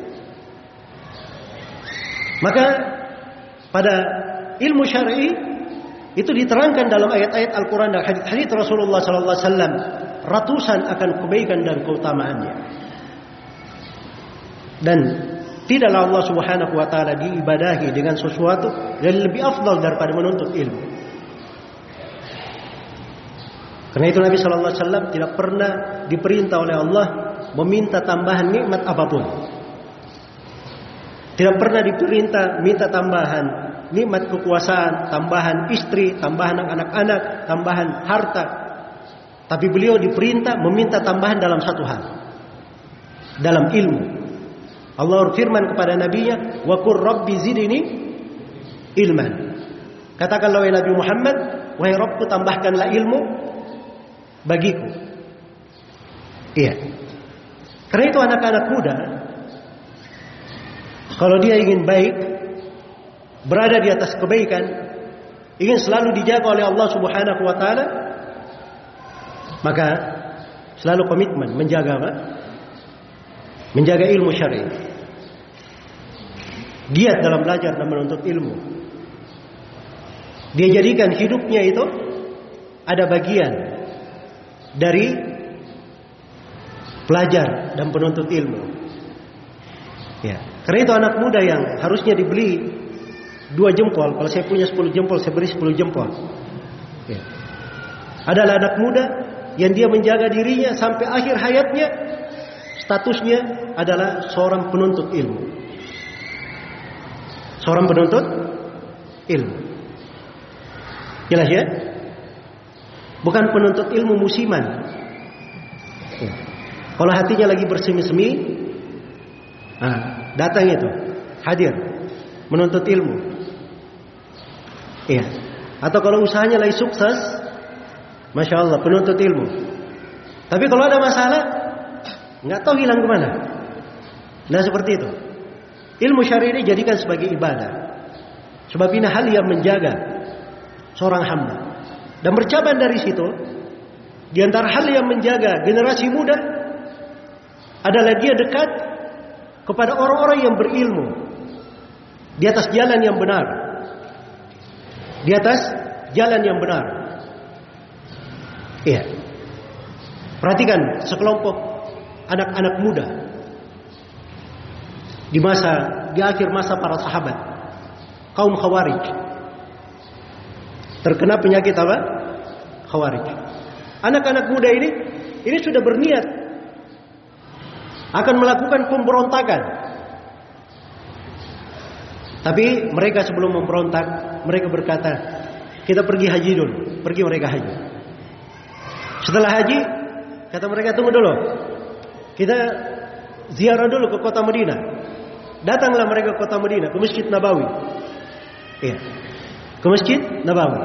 Maka pada ilmu syar'i itu diterangkan dalam ayat-ayat Al-Quran dan hadits Rasulullah sallallahu alaihi wasallam ratusan akan kebaikan dan keutamaannya. Dan tidaklah Allah Subhanahu wa taala diibadahi dengan sesuatu yang lebih afdal daripada menuntut ilmu. Karena itu Nabi sallallahu alaihi wasallam tidak pernah diperintah oleh Allah meminta tambahan nikmat apapun. Tidak pernah diperintah minta tambahan nikmat kekuasaan, tambahan istri, tambahan anak-anak, tambahan harta. Tapi beliau diperintah meminta tambahan dalam satu hal, dalam ilmu. Allah berfirman kepada nabinya, "Wa qur rabbi zidni ilman." Katakanlah wahai Nabi Muhammad, wahai Rabbku tambahkanlah ilmu bagiku. Iya. Karena itu anak-anak muda kalau dia ingin baik, berada di atas kebaikan, ingin selalu dijaga oleh Allah Subhanahu wa taala, maka selalu komitmen menjaga apa? Menjaga ilmu syar'i. Giat dalam belajar dan menuntut ilmu. Dia jadikan hidupnya itu ada bagian dari pelajar dan penuntut ilmu. Ya, karena itu anak muda yang harusnya dibeli dua jempol, kalau saya punya sepuluh jempol, saya beri sepuluh jempol. Ya. Adalah anak muda yang dia menjaga dirinya sampai akhir hayatnya, statusnya adalah seorang penuntut ilmu. Seorang penuntut ilmu. Jelas ya? Bukan penuntut ilmu musiman. Ya. Kalau hatinya lagi bersemi-semi, nah, datang itu, hadir, menuntut ilmu. Iya. Atau kalau usahanya lagi sukses, masya Allah, penuntut ilmu. Tapi kalau ada masalah, nggak tahu hilang kemana. Nah seperti itu. Ilmu syar'i ini jadikan sebagai ibadah. Sebab ini hal yang menjaga seorang hamba. Dan bercabang dari situ, di antara hal yang menjaga generasi muda adalah dia dekat kepada orang-orang yang berilmu di atas jalan yang benar. Di atas jalan yang benar. Iya. Perhatikan sekelompok anak-anak muda di masa di akhir masa para sahabat, kaum Khawarij. Terkena penyakit apa? Khawarij. Anak-anak muda ini ini sudah berniat akan melakukan pemberontakan. Tapi mereka sebelum memberontak, mereka berkata, kita pergi haji dulu. Pergi mereka haji. Setelah haji, kata mereka, tunggu dulu. Kita ziarah dulu ke kota Madinah. Datanglah mereka ke kota Madinah, ke Masjid Nabawi. Iya. Ke Masjid Nabawi.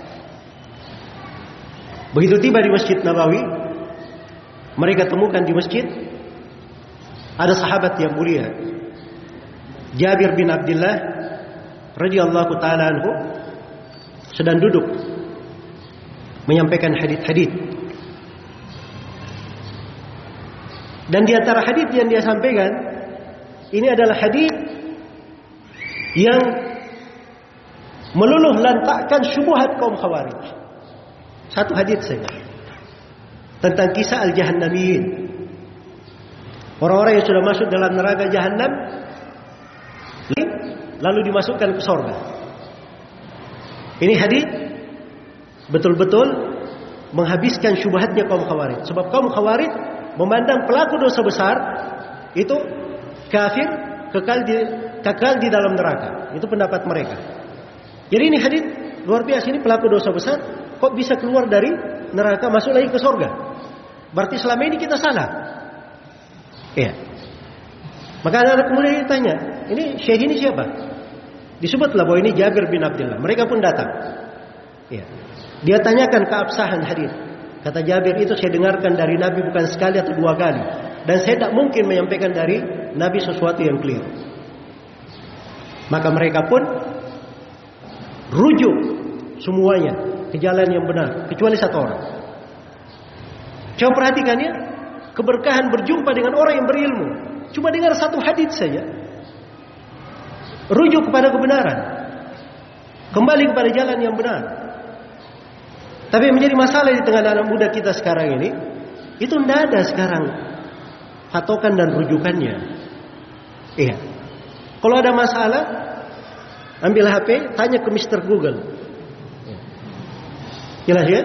Begitu tiba di Masjid Nabawi, mereka temukan di masjid ada sahabat yang mulia, Jabir bin Abdullah radhiyallahu taala anhu, sedang duduk menyampaikan hadits-hadits. Dan di antara hadits yang dia sampaikan, ini adalah hadits yang meluluh lantakkan syubhat kaum Khawarij. Satu hadits saja tentang kisah al-jahannamiyin, orang-orang yang sudah masuk dalam neraka jahannam lalu dimasukkan ke surga. Ini hadis betul-betul menghabiskan syubhatnya kaum Khawarij. Sebab kaum Khawarij memandang pelaku dosa besar itu kafir, kekal di, kekal di dalam neraka. Itu pendapat mereka. Jadi ini hadis luar biasa. Ini pelaku dosa besar kok bisa keluar dari neraka masuk lagi ke surga? Berarti selama ini kita salah. Iya. Maka anak kemudian ditanya, ini syekh ini siapa? Disebutlah bahwa ini Jabir bin Abdullah. Mereka pun datang. Iya. Dia tanyakan keabsahan hadis. Kata Jabir, itu saya dengarkan dari Nabi bukan sekali atau dua kali, dan saya tak mungkin menyampaikan dari Nabi sesuatu yang clear. Maka mereka pun rujuk semuanya ke jalan yang benar, kecuali satu orang. Coba perhatikan ya, keberkahan berjumpa dengan orang yang berilmu. Cuma dengar satu hadis saja, rujuk kepada kebenaran, kembali kepada jalan yang benar. Tapi yang menjadi masalah di tengah anak muda kita sekarang ini, itu tidak ada sekarang patokan dan rujukannya. Iya. Kalau ada masalah, ambil H P, tanya ke mister Google. Jelas ya?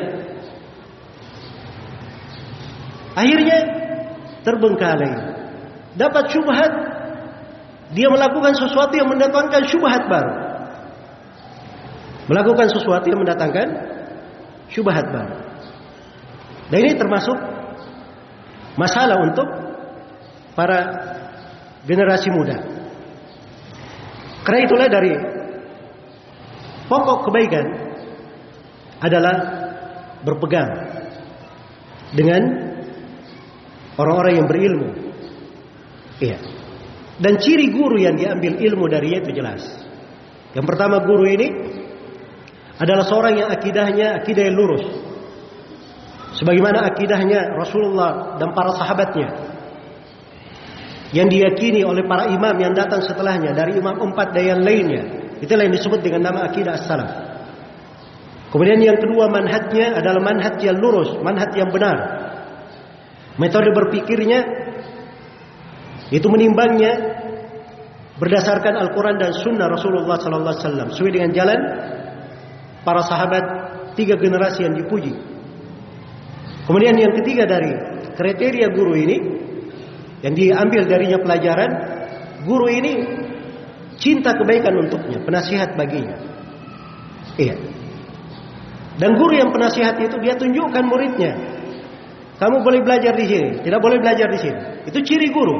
Akhirnya terbengkalai, dapat syubhat, dia melakukan sesuatu yang mendatangkan syubhat baru. Melakukan sesuatu yang mendatangkan syubhat baru. Dan ini termasuk masalah untuk para generasi muda. Karena itulah dari pokok kebaikan adalah berpegang dengan orang-orang yang berilmu. Iya. Dan ciri guru yang diambil ilmu darinya itu jelas. Yang pertama, guru ini adalah seorang yang akidahnya akidah yang lurus, sebagaimana akidahnya Rasulullah dan para sahabatnya, yang diyakini oleh para imam yang datang setelahnya, dari imam empat dan yang lainnya. Itulah yang disebut dengan nama akidah as-salaf. Kemudian yang kedua, manhajnya adalah manhaj yang lurus, manhaj yang benar. Metode berpikirnya itu menimbangnya berdasarkan Al-Quran dan Sunnah Rasulullah Sallallahu Alaihi Wasallam, sesuai dengan jalan para sahabat tiga generasi yang dipuji. Kemudian yang ketiga dari kriteria guru ini yang diambil darinya pelajaran, guru ini cinta kebaikan untuknya, penasihat baginya. Iya. Dan guru yang penasihat itu dia tunjukkan muridnya, kamu boleh belajar di sini, tidak boleh belajar di sini. Itu ciri guru.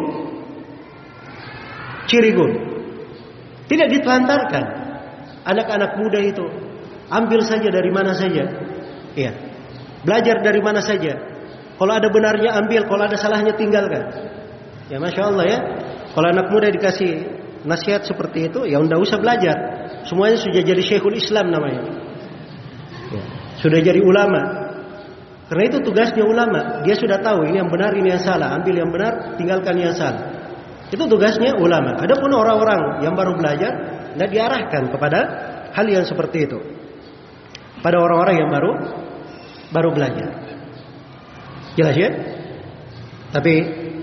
Ciri guru. Tidak ditelantarkan anak-anak muda itu, ambil saja dari mana saja. Iya. Belajar dari mana saja. Kalau ada benarnya ambil, kalau ada salahnya tinggalkan. Ya Masya Allah ya. Kalau anak muda dikasih nasihat seperti itu, ya tidak usah belajar. Semuanya sudah jadi Syekhul Islam namanya. Ya. Sudah jadi ulama. Karena itu tugasnya ulama. Dia sudah tahu ini yang benar, ini yang salah. Ambil yang benar, tinggalkan yang salah. Itu tugasnya ulama. Adapun orang-orang yang baru belajar, tidak diarahkan kepada hal yang seperti itu. Pada orang-orang yang baru baru belajar. Jelas ya? Tapi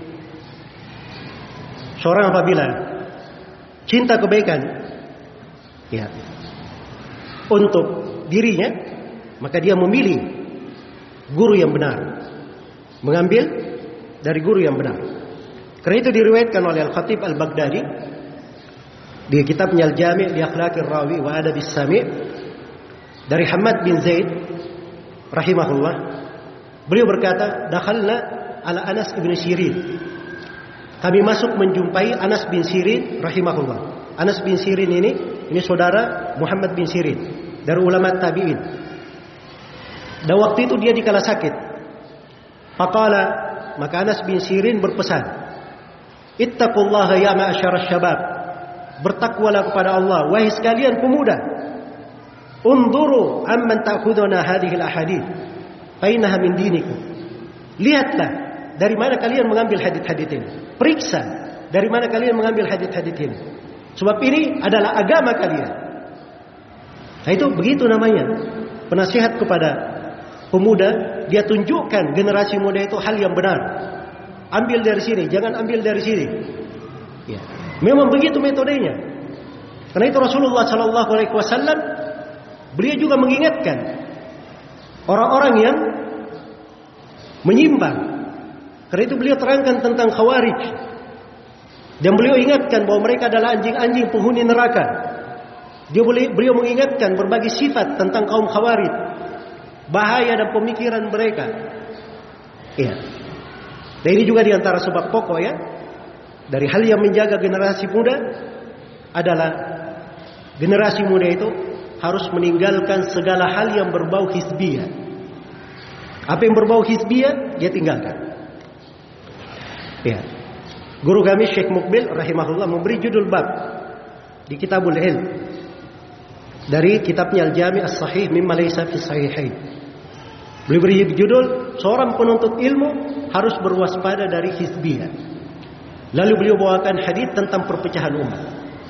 seorang apabila cinta kebaikan ya untuk dirinya, maka dia memilih guru yang benar, mengambil dari guru yang benar. Karena itu diriwayatkan oleh Al-Khatib Al-Baghdadi di kitabnya Al-Jami' li Akhlaqir Rawi wa Adabis Sami' dari Hamad bin Zaid rahimahullah. Beliau berkata, dakhalna ala Anas bin Sirin. Kami masuk menjumpai Anas bin Sirin rahimahullah. Anas bin Sirin ini ini saudara Muhammad bin Sirin dari ulama tabi'in. Dan waktu itu dia dikala sakit. Faqala, maka Anas bin Sirin berpesan, ittaqullaha ya ma'asyarasy syabab. Bertakwalah kepada Allah wahai sekalian pemuda. Unduru amman ta'khuduna hadhihi al-ahadits fa innaha min dinikum. Lihatlah dari mana kalian mengambil hadits-hadits ini. Periksa dari mana kalian mengambil hadits-hadits ini. Sebab ini adalah agama kalian. Nah, itu begitu namanya penasihat kepada pemuda. Dia tunjukkan generasi muda itu hal yang benar. Ambil dari sini, jangan ambil dari sini. Ya. Memang begitu metodenya. Karena itu Rasulullah Shallallahu Alaihi Wasallam beliau juga mengingatkan orang-orang yang menyimpang. Karena itu beliau terangkan tentang Khawarij. Dan beliau ingatkan bahwa mereka adalah anjing-anjing penghuni neraka. Dia boleh, beliau mengingatkan berbagai sifat tentang kaum Khawarij, bahaya dan pemikiran mereka. Iya. Dan ini juga diantara sebab pokok ya dari hal yang menjaga generasi muda adalah generasi muda itu harus meninggalkan segala hal yang berbau hizbiyah. Apa yang berbau hizbiyah dia tinggalkan. Ya. Guru kami Syekh Mukbil rahimahullah memberi judul bab di Kitabul Ilm dari kitabnya Al-Jami' As-Sahih mimma laysa fi sahihain. Beliau beri judul seorang penuntut ilmu harus berwaspada dari hizbiyah. Lalu beliau bawakan hadis tentang perpecahan umat.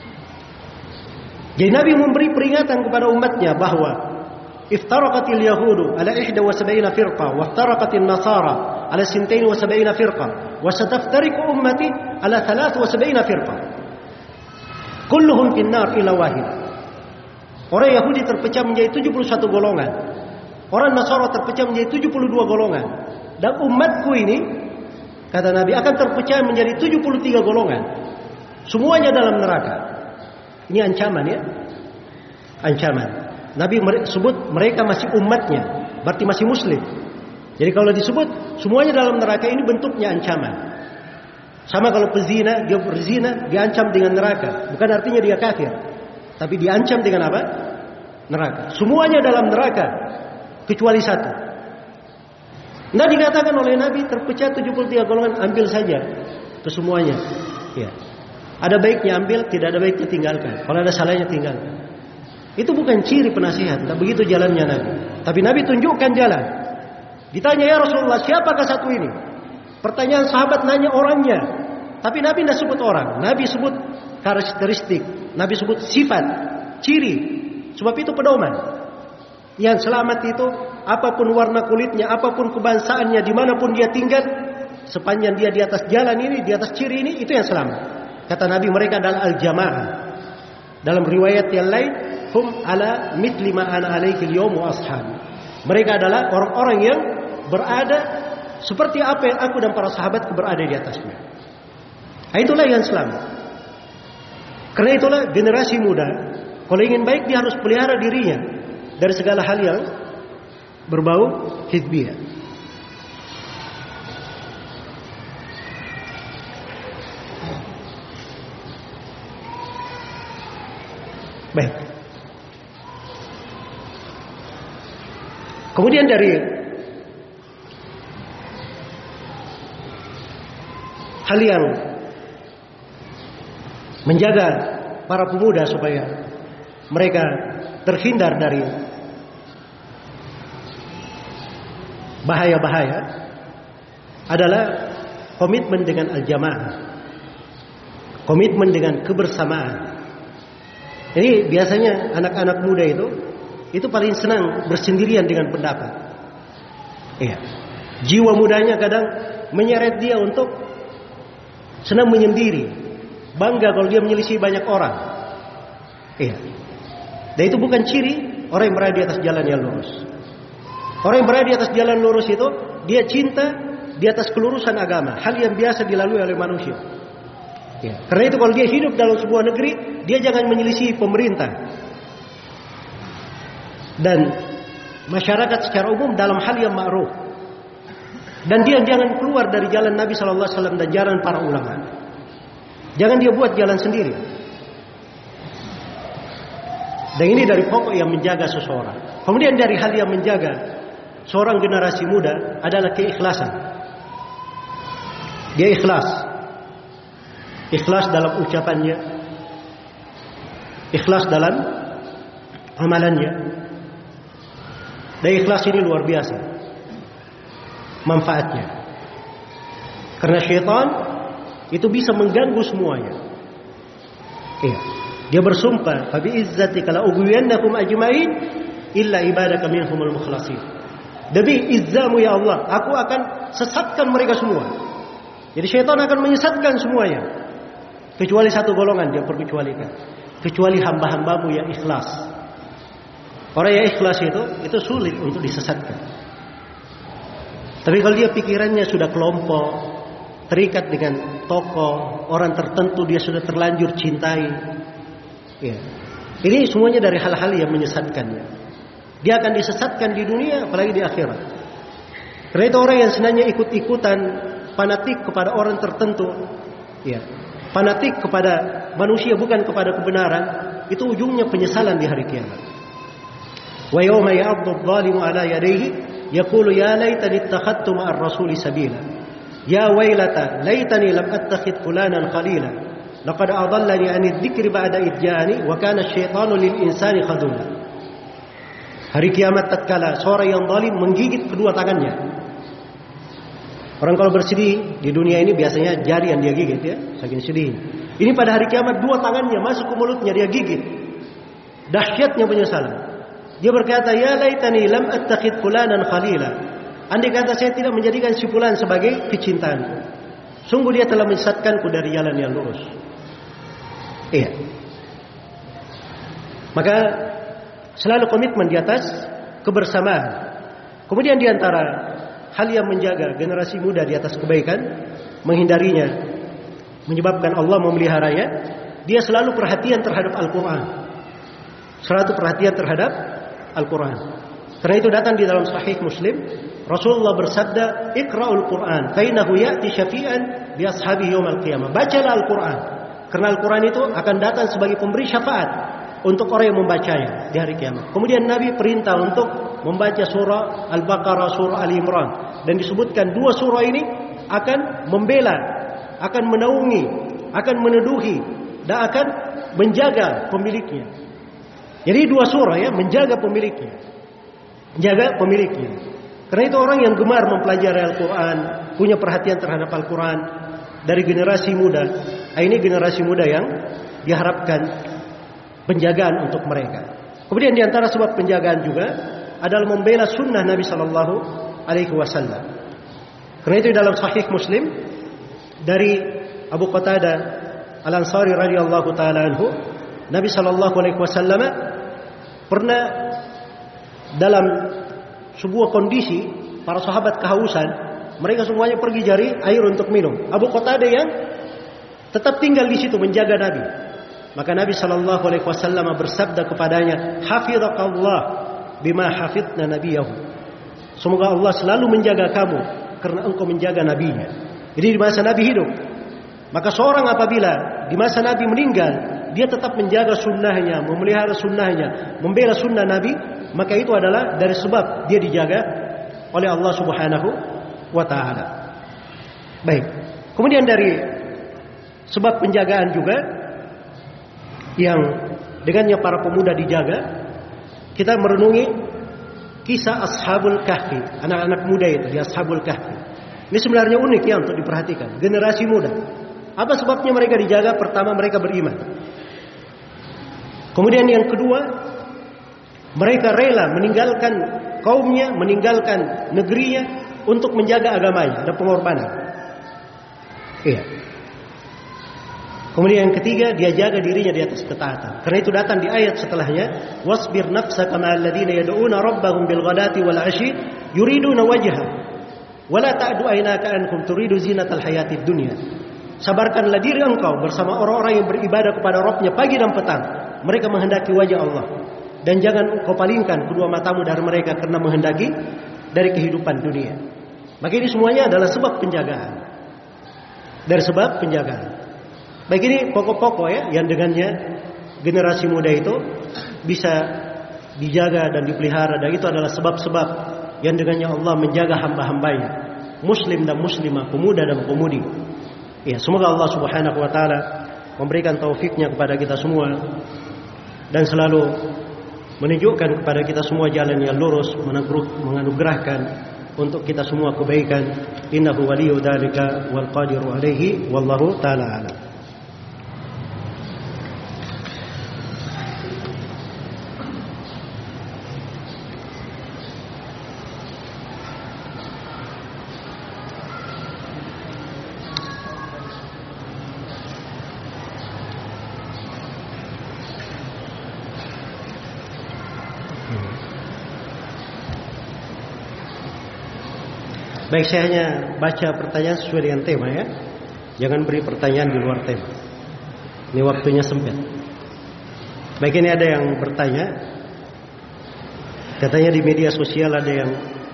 Jadi Nabi memberi peringatan kepada umatnya bahwa iftaraqatil yahudu ala ihda wa sab'ina firqa wa iftaraqatin nasara ala sintain wa sab'ina firqa wa sataftariqu ummati ala thalath wa sab'ina firqa kulluhum finnar ila wahid. Orang Yahudi terpecah menjadi tujuh puluh satu golongan. Orang Nasara terpecah menjadi tujuh puluh dua golongan. Dan umatku ini, kata Nabi, akan terpecah menjadi tujuh puluh tiga golongan. Semuanya dalam neraka. Ini ancaman ya. Ancaman. Nabi sebut mereka masih umatnya. Berarti masih muslim. Jadi kalau disebut semuanya dalam neraka, ini bentuknya ancaman. Sama kalau pezina, dia berzina, diancam dengan neraka. Bukan artinya dia kafir. Tapi diancam dengan apa? Neraka. Semuanya dalam neraka. Kecuali satu. Nah dikatakan oleh Nabi terpecah tujuh puluh tiga golongan, ambil saja kesemuanya. Ya. Ada baiknya ambil, tidak ada baiknya tinggalkan. Kalau ada salahnya tinggalkan. Itu bukan ciri penasihat. Tak begitu jalannya Nabi. Tapi Nabi tunjukkan jalan. Ditanya, ya Rasulullah, siapakah satu ini? Pertanyaan sahabat nanya orangnya. Tapi Nabi tidak sebut orang. Nabi sebut karakteristik. Nabi sebut sifat, ciri. Sebab itu pedoman. Yang selamat itu apapun warna kulitnya, apapun kebangsaannya, dimanapun dia tinggal, sepanjang dia di atas jalan ini, di atas ciri ini, itu yang selamat. Kata Nabi, mereka adalah al-jamaah. Dalam riwayat yang lain, hum ala mithli ma ana alaihi al-yawm wa ashabi. Mereka adalah orang-orang yang berada seperti apa yang aku dan para sahabat berada di atasnya. Itulah yang selamat. Karena itulah generasi muda, kalau ingin baik dia harus pelihara dirinya dari segala hal yang berbau hizbiyah. Baik. Kemudian dari hal yang menjaga para pemuda supaya mereka terhindar dari bahaya-bahaya adalah komitmen dengan al-jamaah, komitmen dengan kebersamaan. Jadi biasanya anak-anak muda itu itu paling senang bersendirian dengan pendapat. Iya. Jiwa mudanya kadang menyeret dia untuk senang menyendiri. Bangga kalau dia menyelisih banyak orang. Iya. Dan itu bukan ciri orang yang berada di atas jalan yang lurus. Orang yang berada di atas jalan lurus itu dia cinta di atas kelurusan agama, hal yang biasa dilalui oleh manusia. Ya. Karena itu kalau dia hidup dalam sebuah negeri, dia jangan menyelisih pemerintah dan masyarakat secara umum dalam hal yang ma'ruf. Dan dia jangan keluar dari jalan Nabi Shallallahu Alaihi Wasallam dan jalan para ulama. Jangan dia buat jalan sendiri. Dan ini dari pokok yang menjaga seseorang. Kemudian dari hal yang menjaga seorang generasi muda adalah keikhlasan. Dia ikhlas. Ikhlas dalam ucapannya. Ikhlas dalam amalannya. Dan ikhlas ini luar biasa manfaatnya. Karena syaitan itu bisa mengganggu semuanya. Iya. Dia bersumpah, "Fa bi izzatika la ughwiyannakum ajma'in illa ibadaka minhumul mukhlasin." Demi izzamu ya Allah, aku akan sesatkan mereka semua. Jadi syaitan akan menyesatkan semuanya. Kecuali satu golongan dia perkecualikan. Kecuali hamba-hambamu yang ikhlas. Orang yang ikhlas itu, itu sulit untuk disesatkan. Tapi kalau dia pikirannya sudah kelompok, terikat dengan tokoh, orang tertentu dia sudah terlanjur cintai. Ya. Ini semuanya dari hal-hal yang menyesatkannya. Dia akan disesatkan di dunia, apalagi di akhirat. Karena itu orang yang senangnya ikut-ikutan, fanatik kepada orang tertentu, ya, fanatik kepada manusia bukan kepada kebenaran, itu ujungnya penyesalan di hari kiamat. Wa yawma ya'addu adh-dhalimu 'ala yadayhi yaqulu ya laitani ittakhadtu ma'ar rasuli sabila. Ya wailata laitani lam attakhidh fulanan khalila. Laqad adallani 'ani dzikri ba'da idh ja'ani wa kana asy-syaitanu lil insani khadula. Hari kiamat tatkala seorang yang zalim menggigit kedua tangannya. Orang kalau bersedih di dunia ini biasanya jari yang dia gigit ya, saking sedih. Ini pada hari kiamat dua tangannya masuk ke mulutnya dia gigit. Dahsyatnya penyesalan. Dia berkata, "Ya laitani lam attakhidh fulanan khalila." Andai kata saya tidak menjadikan si fulan sebagai kecintaanku. Sungguh dia telah menyesatkanku dari jalan yang lurus. Iya. Maka selalu komitmen di atas kebersamaan. Kemudian di antara hal yang menjaga generasi muda di atas kebaikan, menghindarinya, menyebabkan Allah memeliharanya, dia selalu perhatian terhadap Al-Quran. Selalu perhatian terhadap Al-Quran. Karena itu datang di dalam Sahih Muslim, Rasulullah bersabda, "Iqra'ul Quran, fainahu ya'ti syafi'an bi ashabihi yaumil qiyamah." Bacalah Al-Quran. Karena Al-Quran itu akan datang sebagai pemberi syafaat untuk orang yang membacanya di hari kiamat. Kemudian Nabi perintah untuk membaca surah Al-Baqarah, surah Al-Imran, dan disebutkan dua surah ini akan membela, akan menaungi, akan meneduhi, dan akan menjaga pemiliknya. Jadi dua surah ya, menjaga pemiliknya, menjaga pemiliknya. Karena itu orang yang gemar mempelajari Al-Quran, punya perhatian terhadap Al-Quran dari generasi muda. Ini generasi muda yang diharapkan penjagaan untuk mereka. Kemudian di antara sebab penjagaan juga adalah membela sunnah Nabi Sallallahu Alaihi Wasallam. Karena itu dalam Sahih Muslim dari Abu Qatadah Al-Ansari radhiyallahu taala anhu, Nabi Sallallahu Alaihi Wasallam pernah dalam sebuah kondisi para sahabat kehausan, mereka semuanya pergi cari air untuk minum. Abu Qatadah yang tetap tinggal di situ menjaga Nabi. Maka Nabi Sallallahu Alaihi Wasallam bersabda kepadanya, "Hafidhakallah bima hafidna nabiyahu." Semoga Allah selalu menjaga kamu karena engkau menjaga nabinya. Jadi di masa Nabi hidup, maka seorang apabila di masa Nabi meninggal, dia tetap menjaga sunnahnya, memelihara sunnahnya, membela sunnah Nabi, maka itu adalah dari sebab dia dijaga oleh Allah Subhanahu wa Ta'ala. Baik. Kemudian dari sebab penjagaan juga yang dengannya para pemuda dijaga, kita merenungi kisah Ashabul Kahfi, anak-anak muda itu di Ashabul Kahfi. Ini sebenarnya unik ya untuk diperhatikan. Generasi muda. Apa sebabnya mereka dijaga? Pertama, mereka beriman. Kemudian yang kedua, mereka rela meninggalkan kaumnya, meninggalkan negerinya untuk menjaga agamanya. Ada pengorbanan. Iya. Kemudian yang ketiga, dia jaga dirinya di atas ketaatan. Karena itu datang di ayat setelahnya, "Wasbir nafsaka ma'al ladzina yad'una rabbahum bil ghadati wal 'ashyi yuriduna wajha wa la ta'du aynaka anhum turidu zinatal hayatid dunya." Sabarkanlah diri engkau bersama orang-orang yang beribadah kepada Rabb-nya pagi dan petang. Mereka menghendaki wajah Allah. Dan jangan engkau palingkan kedua matamu dari mereka karena menghendaki dari kehidupan dunia. Maka ini semuanya adalah sebab penjagaan. Dari sebab penjagaan. Baik, ini pokok-pokok ya yang dengannya generasi muda itu bisa dijaga dan dipelihara, dan itu adalah sebab-sebab yang dengannya Allah menjaga hamba-hambanya, muslim dan muslimah, pemuda dan pemudi. Ya, semoga Allah Subhanahu wa taala memberikan taufiknya kepada kita semua dan selalu menunjukkan kepada kita semua jalan yang lurus, menganugerahkan untuk kita semua kebaikan. Innahu waliyyu dzalika wal qadiru alaihi wallahu taala alam. Baik, saya hanya baca pertanyaan sesuai dengan tema ya. Jangan beri pertanyaan di luar tema. Ini waktunya sempit. Baik, ini ada yang bertanya. Katanya di media sosial ada yang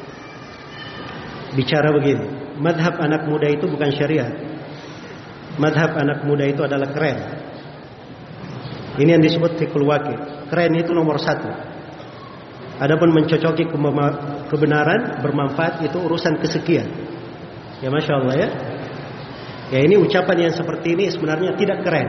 bicara begini, madhab anak muda itu bukan syariat. Madhab anak muda itu adalah keren. Ini yang disebut fikul waqi'. Keren itu nomor satu. Adapun mencocoki kebenaran, bermanfaat, itu urusan kesekian. Ya Masya Allah ya. Ya, ini ucapan yang seperti ini sebenarnya tidak keren.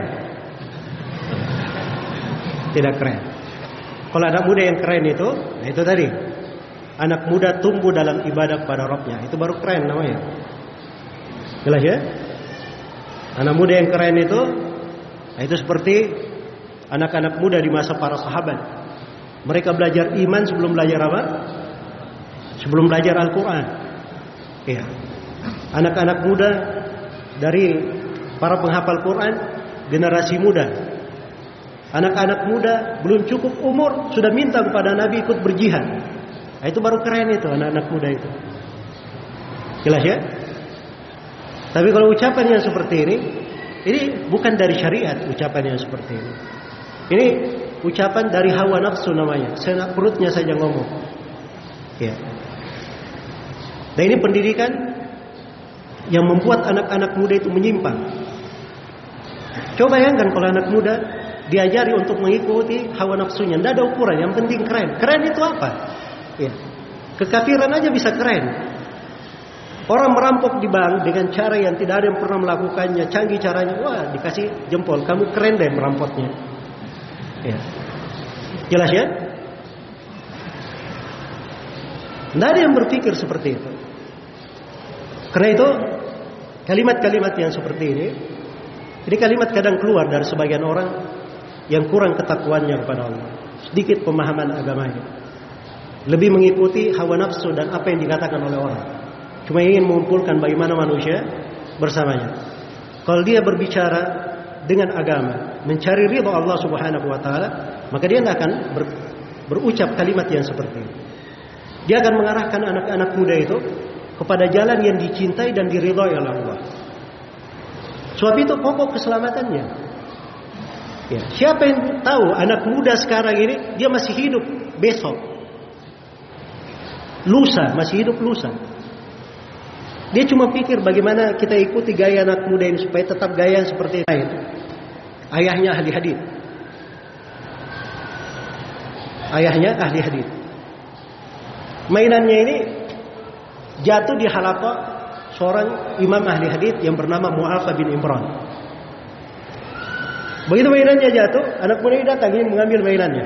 Tidak keren. Kalau anak muda yang keren itu, nah itu tadi, anak muda tumbuh dalam ibadah kepada Rabbnya, itu baru keren namanya. Jelas ya? Anak muda yang keren itu, nah itu seperti anak-anak muda di masa para sahabat. Mereka belajar iman sebelum belajar apa? Sebelum belajar Al-Quran. Ya. Anak-anak muda dari para penghafal Quran, generasi muda. Anak-anak muda belum cukup umur sudah minta kepada Nabi ikut berjihad. Nah, itu baru keren itu anak-anak muda itu. Jelas ya? Tapi kalau ucapan yang seperti ini, ini bukan dari syariat ucapan yang seperti ini. Ini ucapan dari hawa nafsu namanya. Senak perutnya saja ngomong. Ya. Dan ini pendidikan yang membuat anak-anak muda itu menyimpang. Coba bayangkan kalau anak muda diajari untuk mengikuti hawa nafsunya, tidak ada ukuran, yang penting keren. Keren itu apa? Ya. Kekafiran aja bisa keren. Orang merampok di bank dengan cara yang tidak ada yang pernah melakukannya, canggih caranya, wah dikasih jempol, kamu keren deh merampoknya. Ya. Jelas ya? Tidak ada yang berpikir seperti itu. Karena itu kalimat-kalimat yang seperti ini, ini kalimat kadang keluar dari sebagian orang yang kurang ketakwanya kepada Allah, sedikit pemahaman agamanya, lebih mengikuti hawa nafsu dan apa yang dikatakan oleh orang, cuma ingin mengumpulkan bagaimana manusia bersamanya. Kalau dia berbicara dengan agama, mencari ridha Allah Subhanahu wa taala, maka dia tidak akan ber, berucap kalimat yang seperti itu. Dia akan mengarahkan anak-anak muda itu kepada jalan yang dicintai dan diridhai oleh Allah. Sebab itu pokok keselamatannya. Ya, siapa yang tahu anak muda sekarang ini dia masih hidup besok, lusa, masih hidup lusa. Dia cuma pikir bagaimana kita ikuti gaya anak muda ini supaya tetap gaya seperti lain. Ayahnya ahli hadis. Ayahnya ahli hadis. Mainannya ini jatuh di halaqah seorang imam ahli hadis yang bernama Mu'afa bin Imran. Begitu mainannya jatuh, anak muda ini datang ingin mengambil mainannya.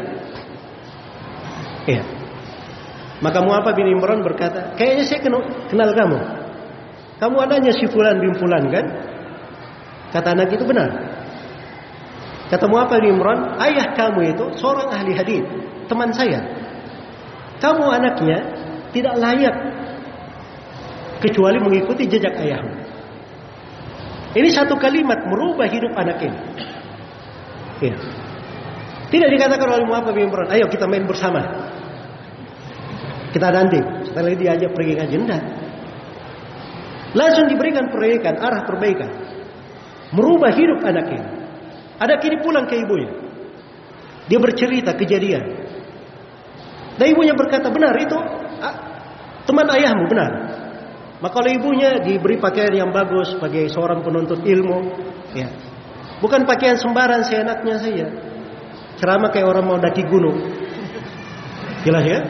Iya. Maka Mu'afa bin Imran berkata, kayaknya saya kenal, kenal kamu. Kamu adanya si Fulan bin Fulan kan? Kata anak itu benar. Kata Mu'afa bin Imran, ayah kamu itu seorang ahli hadis, teman saya. Kamu anaknya tidak layak kecuali mengikuti jejak ayahmu. Ini satu kalimat merubah hidup anak ini. Ya. Tidak dikatakan oleh Mu'afa bin Imran, ayo kita main bersama, kita nanti setelah ini diajak pergi ngaji. Tidak. Langsung diberikan perbaikan, arah perbaikan, merubah hidup anak ini. Anak ini pulang ke ibunya, dia bercerita kejadian, dan ibunya berkata, benar itu teman ayahmu, benar. Maka oleh ibunya diberi pakaian yang bagus sebagai seorang penuntut ilmu. Ya. Bukan pakaian sembaran seenaknya saja. Ceramah kayak orang mau daki gunung. Jelas ya?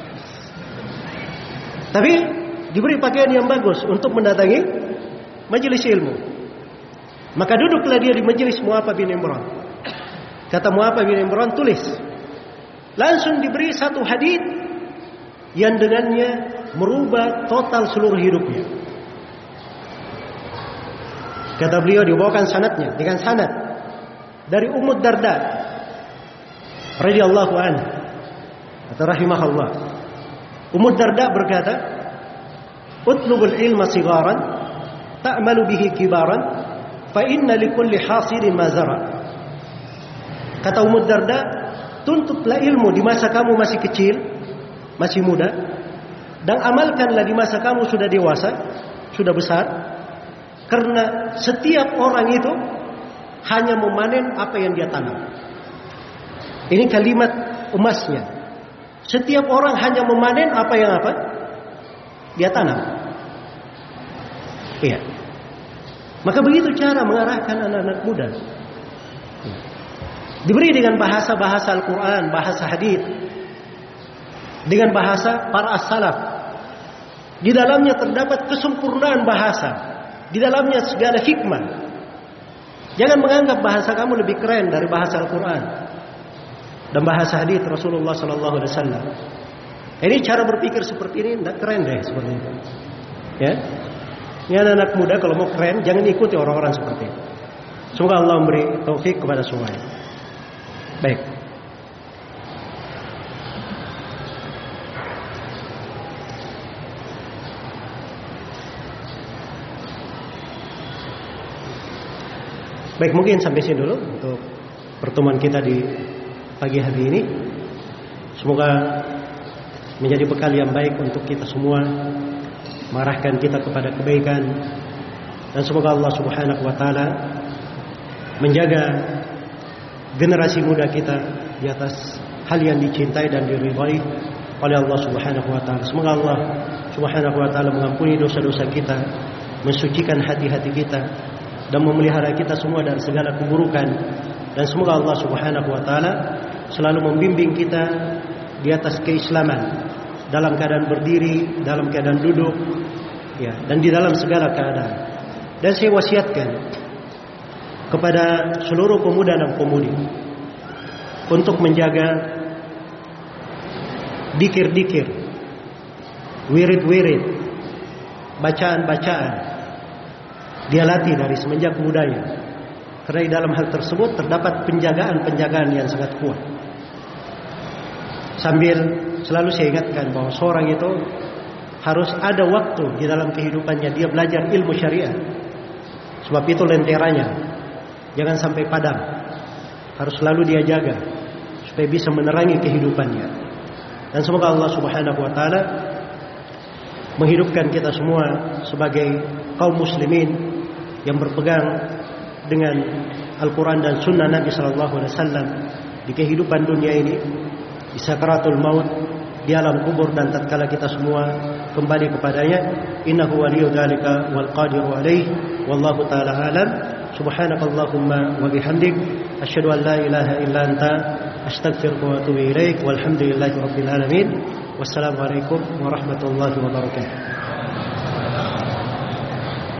Tapi diberi pakaian yang bagus untuk mendatangi majelis ilmu. Maka duduklah dia di majelis Mu'afa bin Imran. Kata Mu'afa bin Imran, tulis. Langsung diberi satu hadis yang dengannya merubah total seluruh hidupnya. Kata beliau, dibawakan sanadnya dengan sanad dari Ummu Darda radhiyallahu anha atau rahimahullah. Ummu Darda berkata, "Utlubul ilma sigharan ta'malu bihi kibaran fa inna likulli hasilin ma zara." Kata Ummu Darda, tuntutlah ilmu di masa kamu masih kecil, masih muda, Dan amalkanlah di masa kamu sudah dewasa, sudah besar. Karena setiap orang itu hanya memanen apa yang dia tanam. Ini kalimat emasnya. Setiap orang hanya memanen apa yang apa? Dia tanam. Iya. Maka begitu cara mengarahkan anak-anak muda. Diberi dengan bahasa-bahasa Al-Quran, bahasa hadits, dengan bahasa para as-salaf. Di dalamnya terdapat kesempurnaan bahasa. Di dalamnya segala hikmah. Jangan menganggap bahasa kamu lebih keren dari bahasa Al-Quran dan bahasa hadits Rasulullah Sallallahu Alaihi Wasallam. Ini cara berpikir seperti ini tidak keren deh seperti itu. Ya, ini anak-anak muda kalau mau keren jangan ikuti orang-orang seperti itu. Semoga Allah memberi taufik kepada semuanya. Baik. Baik, mungkin sampai sini dulu untuk pertemuan kita di pagi hari ini. Semoga menjadi bekal yang baik untuk kita semua, mengarahkan kita kepada kebaikan, dan semoga Allah Subhanahu wa taala menjaga generasi muda kita di atas hal yang dicintai dan diridhai oleh Allah Subhanahu wa taala. Semoga Allah Subhanahu wa taala mengampuni dosa-dosa kita, mensucikan hati-hati kita, dan memelihara kita semua dari segala keburukan. Dan semoga Allah Subhanahu wa taala selalu membimbing kita di atas keislaman, dalam keadaan berdiri, dalam keadaan duduk, ya, dan di dalam segala keadaan. Dan saya wasiatkan kepada seluruh pemuda dan pemudi untuk menjaga dikir-dikir, wirid-wirid, bacaan-bacaan dia latih dari semenjak mudanya. Karena di dalam hal tersebut terdapat penjagaan-penjagaan yang sangat kuat. Sambil selalu saya ingatkan bahwa seorang itu harus ada waktu di dalam kehidupannya dia belajar ilmu syariat. Sebab itu lenteranya jangan sampai padam. Harus selalu dia jaga supaya bisa menerangi kehidupannya. Dan semoga Allah Subhanahu wa taala menghidupkan kita semua sebagai kaum muslimin yang berpegang dengan Al-Quran dan Sunnah Nabi Sallallahu Alaihi Wasallam di kehidupan dunia ini, di sakaratul maut, di alam kubur, dan tatkala kita semua kembali kepadanya. Innahu waliyyu dzalika wal qadiru alaihi, wallahu taala alam. Subhanakallahumma wa bihamdik, asyhadu an la ilaha illa anta, astaghfiruka wa atubu ilaik. Walhamdulillahi rabbil alamin. Wassalamualaikum warahmatullahi wabarakatuh.